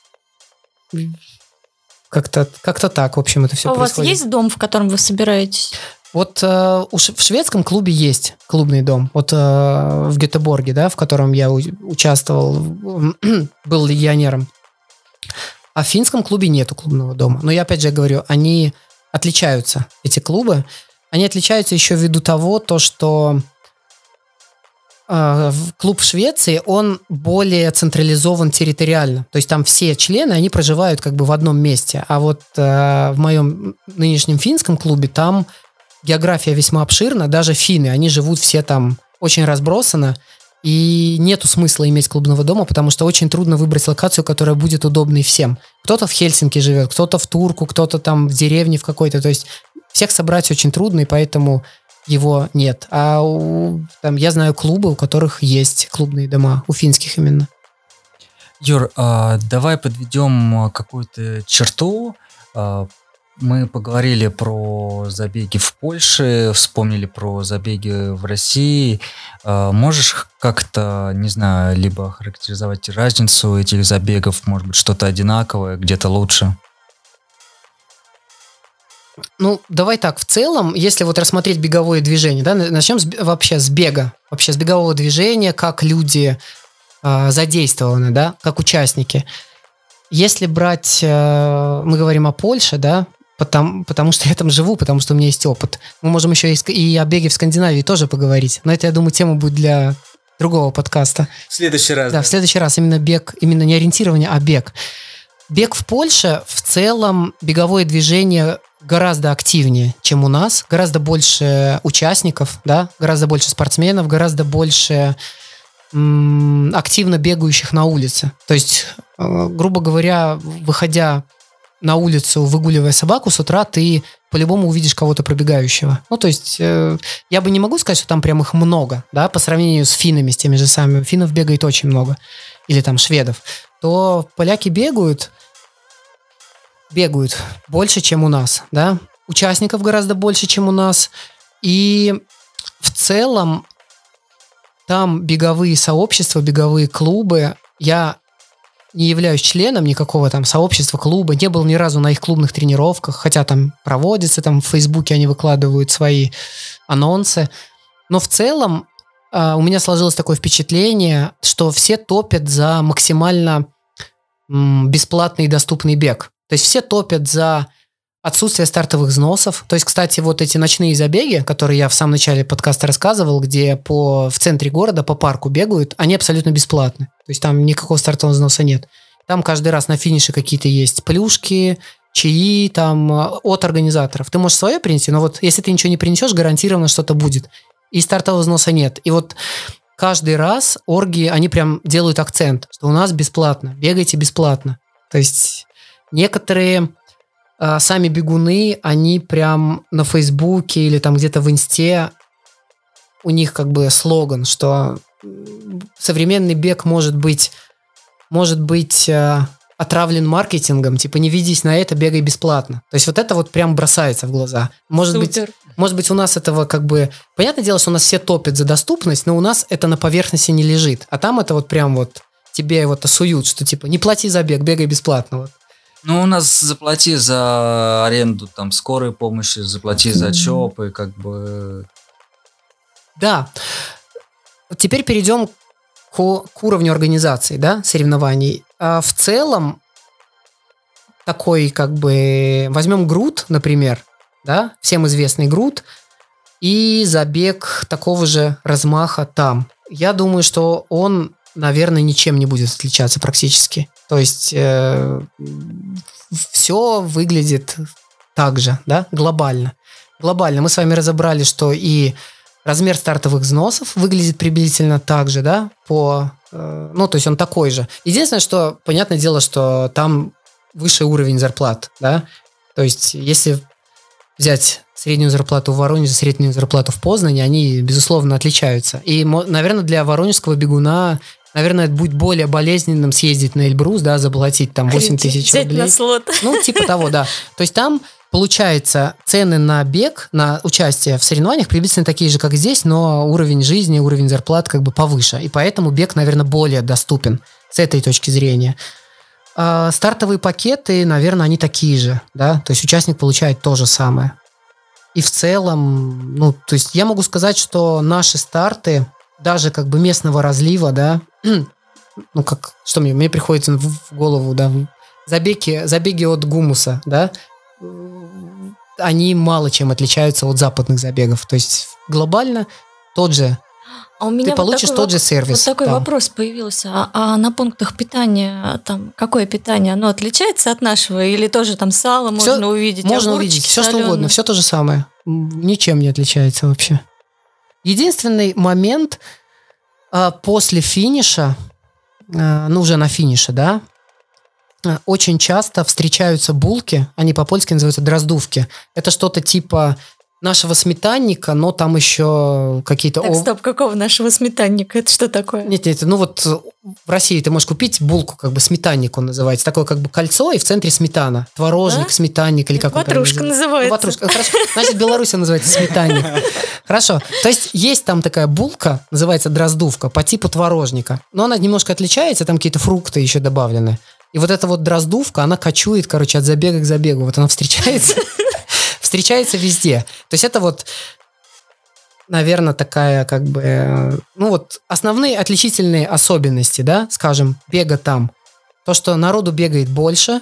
Как-то, как-то так, в общем, это все а происходит. У вас есть дом, в котором вы собираетесь? Вот э, в шведском клубе есть клубный дом. Вот э, в Гетеборге, да, в котором я у- участвовал, был легионером. А в финском клубе нету клубного дома. Но я опять же говорю, они отличаются, эти клубы. Они отличаются еще ввиду того, то, что клуб в Швеции, он более централизован территориально. То есть там все члены, они проживают как бы в одном месте. А вот э, в моем нынешнем финском клубе там география весьма обширна. Даже финны, они живут все там очень разбросано. И нету смысла иметь клубного дома, потому что очень трудно выбрать локацию, которая будет удобной всем. Кто-то в Хельсинки живет, кто-то в Турку, кто-то там в деревне в какой-то. То есть всех собрать очень трудно, и поэтому его нет. А у, там, я знаю клубы, у которых есть клубные дома, у финских именно. Юр, а, давай подведем какую-то черту. А, мы поговорили про забеги в Польше, вспомнили про забеги в России. А, можешь как-то, не знаю, либо характеризовать разницу этих забегов, может быть, что-то одинаковое, где-то лучше? Ну, давай так, в целом, если вот рассмотреть беговое движение, да, начнем с, вообще с бега, вообще с бегового движения, как люди э, задействованы, да, как участники. Если брать, э, мы говорим о Польше, да, потому, потому что я там живу, потому что у меня есть опыт. Мы можем еще и, и о беге в Скандинавии тоже поговорить, но это, я думаю, тема будет для другого подкаста. В следующий раз. Да, да. в следующий раз именно бег, именно не ориентирование, а бег. Бег в Польше в целом беговое движение гораздо активнее, чем у нас, гораздо больше участников, да, гораздо больше спортсменов, гораздо больше м- активно бегающих на улице. То есть, э, грубо говоря, выходя на улицу, выгуливая собаку с утра, ты по-любому увидишь кого-то пробегающего. Ну, то есть, э, я бы не могу сказать, что там прям их много, да, по сравнению с финнами, с теми же самыми. Финнов бегает очень много. Или там шведов. То поляки бегают, бегают больше, чем у нас, да. Участников гораздо больше, чем у нас. И в целом там беговые сообщества, беговые клубы. Я не являюсь членом никакого там сообщества, клуба, не был ни разу на их клубных тренировках, хотя там проводятся, там в Фейсбуке они выкладывают свои анонсы. Но в целом э, у меня сложилось такое впечатление, что все топят за максимально м, бесплатный и доступный бег. То есть все топят за отсутствие стартовых взносов. То есть, кстати, вот эти ночные забеги, которые я в самом начале подкаста рассказывал, где по, в центре города по парку бегают, они абсолютно бесплатны. То есть там никакого стартового взноса нет. Там каждый раз на финише какие-то есть плюшки, чаи там от организаторов. Ты можешь свое принести, но вот если ты ничего не принесешь, гарантированно что-то будет. И стартового взноса нет. И вот каждый раз орги, они прям делают акцент, что у нас бесплатно, бегайте бесплатно. То есть некоторые э, сами бегуны, они прям на Фейсбуке или там где-то в Инсте, у них как бы слоган, что современный бег может быть, может быть э, отравлен маркетингом, типа не ведись на это, бегай бесплатно. То есть вот это вот прям бросается в глаза. Может Супер. быть, может быть, у нас этого как бы... Понятное дело, что у нас все топят за доступность, но у нас это на поверхности не лежит. А там это вот прям вот тебе вот суют, что типа не плати за бег, бегай бесплатно. Вот. Ну, у нас заплати за аренду там скорой помощи, заплати за ЧОПы, как бы... Да. Теперь перейдем к, к уровню организации, да, соревнований. А в целом, такой как бы... Возьмем груд, например, да, всем известный груд, и забег такого же размаха там. Я думаю, что он, наверное, ничем не будет отличаться практически. То есть э, все выглядит так же, да, глобально. Глобально. Мы с вами разобрали, что и размер стартовых взносов выглядит приблизительно так же, да, по, э, ну, то есть он такой же. Единственное, что, понятное дело, что там выше уровень зарплат, да. То есть если взять среднюю зарплату в Воронеже, среднюю зарплату в Познане, они, безусловно, отличаются. И, наверное, для воронежского бегуна, наверное, это будет более болезненным съездить на Эльбрус, да, заплатить там восемь тысяч рублей. На слот. Ну, типа того, да. То есть там, получается, цены на бег, на участие в соревнованиях приблизительно такие же, как здесь, но уровень жизни, уровень зарплат как бы повыше. И поэтому бег, наверное, более доступен с этой точки зрения. А стартовые пакеты, наверное, они такие же, да, то есть участник получает то же самое. И в целом, ну, то есть я могу сказать, что наши старты, даже как бы местного разлива, да, ну, как, что мне, мне приходит в голову, да, забеги, забеги от гумуса, да, они мало чем отличаются от западных забегов. То есть глобально тот же, а у меня ты получишь вот тот же сервис. Вот такой там. вопрос появился. А, а на пунктах питания, там, какое питание? Оно отличается от нашего? Или тоже там сало Всё, можно увидеть? Можно увидеть, все что угодно, все то же самое. Ничем не отличается вообще. Единственный момент а, после финиша, а, ну уже на финише, да, а, очень часто встречаются булки, они по-польски называются дроздувки. Это что-то типа нашего сметанника, но там еще какие-то... Так, стоп, какого нашего сметанника? Это что такое? Нет, нет, ну вот в России ты можешь купить булку, как бы сметанник он называется, такое как бы кольцо, и в центре сметана. Творожник, да? сметанник, или как он Ватрушка называется. Ну, ватрушка, хорошо. Значит, в Беларуси называется сметанник. Хорошо. То есть есть там такая булка, называется дроздувка, по типу творожника, но она немножко отличается, там какие-то фрукты еще добавлены. И вот эта вот дроздувка, она кочует, короче, от забега к забегу. Вот она встречается... встречается везде. То есть это вот, наверное, такая как бы, ну вот основные отличительные особенности, да, скажем, бега там. То, что народу бегает больше,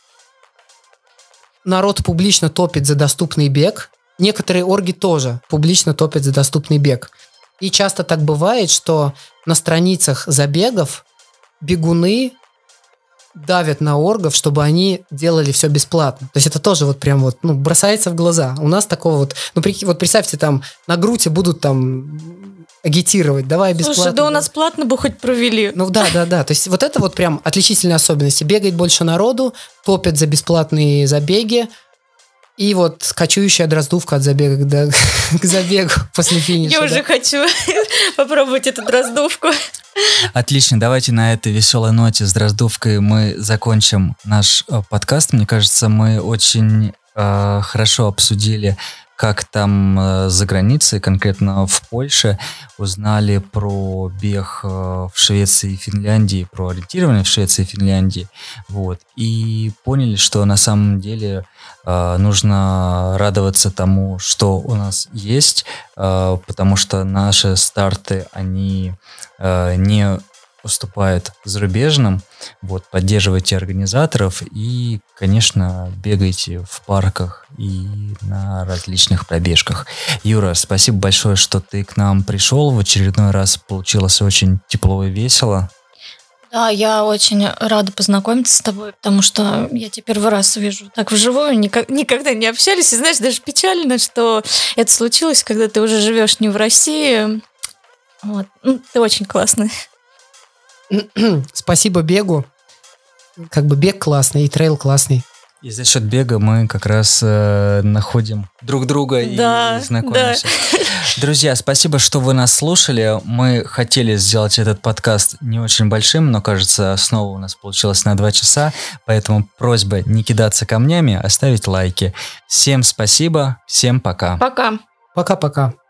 народ публично топит за доступный бег, некоторые орги тоже публично топят за доступный бег. И часто так бывает, что на страницах забегов бегуны давят на оргов, чтобы они делали все бесплатно. То есть это тоже вот прям вот, ну, бросается в глаза. У нас такого вот, ну, при, вот представьте, там на груте будут там агитировать, давай бесплатно. Слушай, да у нас платно бы хоть провели. Ну да, да, да. То есть вот это вот прям отличительные особенности. Бегает больше народу, топят за бесплатные забеги, и вот кочующая дроздовка от забега до, к забегу после финиша. Я да? уже хочу попробовать эту дроздовку. Отлично, давайте на этой веселой ноте с дроздовкой мы закончим наш э, подкаст. Мне кажется, мы очень э, хорошо обсудили, как там э, за границей, конкретно в Польше, узнали про бег э, в Швеции и Финляндии, про ориентирование в Швеции и Финляндии, вот, и поняли, что на самом деле э, нужно радоваться тому, что у нас есть, э, потому что наши старты, они э, не уступают зарубежным. Вот, поддерживайте организаторов и, конечно, бегайте в парках и на различных пробежках. Юра, спасибо большое, что ты к нам пришел. В очередной раз получилось очень тепло и весело. Да, я очень рада познакомиться с тобой, потому что я тебя первый раз вижу так вживую, никак, никогда не общались. И знаешь, даже печально, что это случилось, когда ты уже живешь не в России. Вот. Ты очень классный. Спасибо бегу. Как бы бег классный и трейл классный. И за счет бега мы как раз э, находим друг друга да, и знакомимся. Да. Друзья, спасибо, что вы нас слушали. Мы хотели сделать этот подкаст не очень большим, но, кажется, снова у нас получилось на два часа. Поэтому просьба не кидаться камнями, а ставить лайки. Всем спасибо, всем пока. Пока. Пока-пока.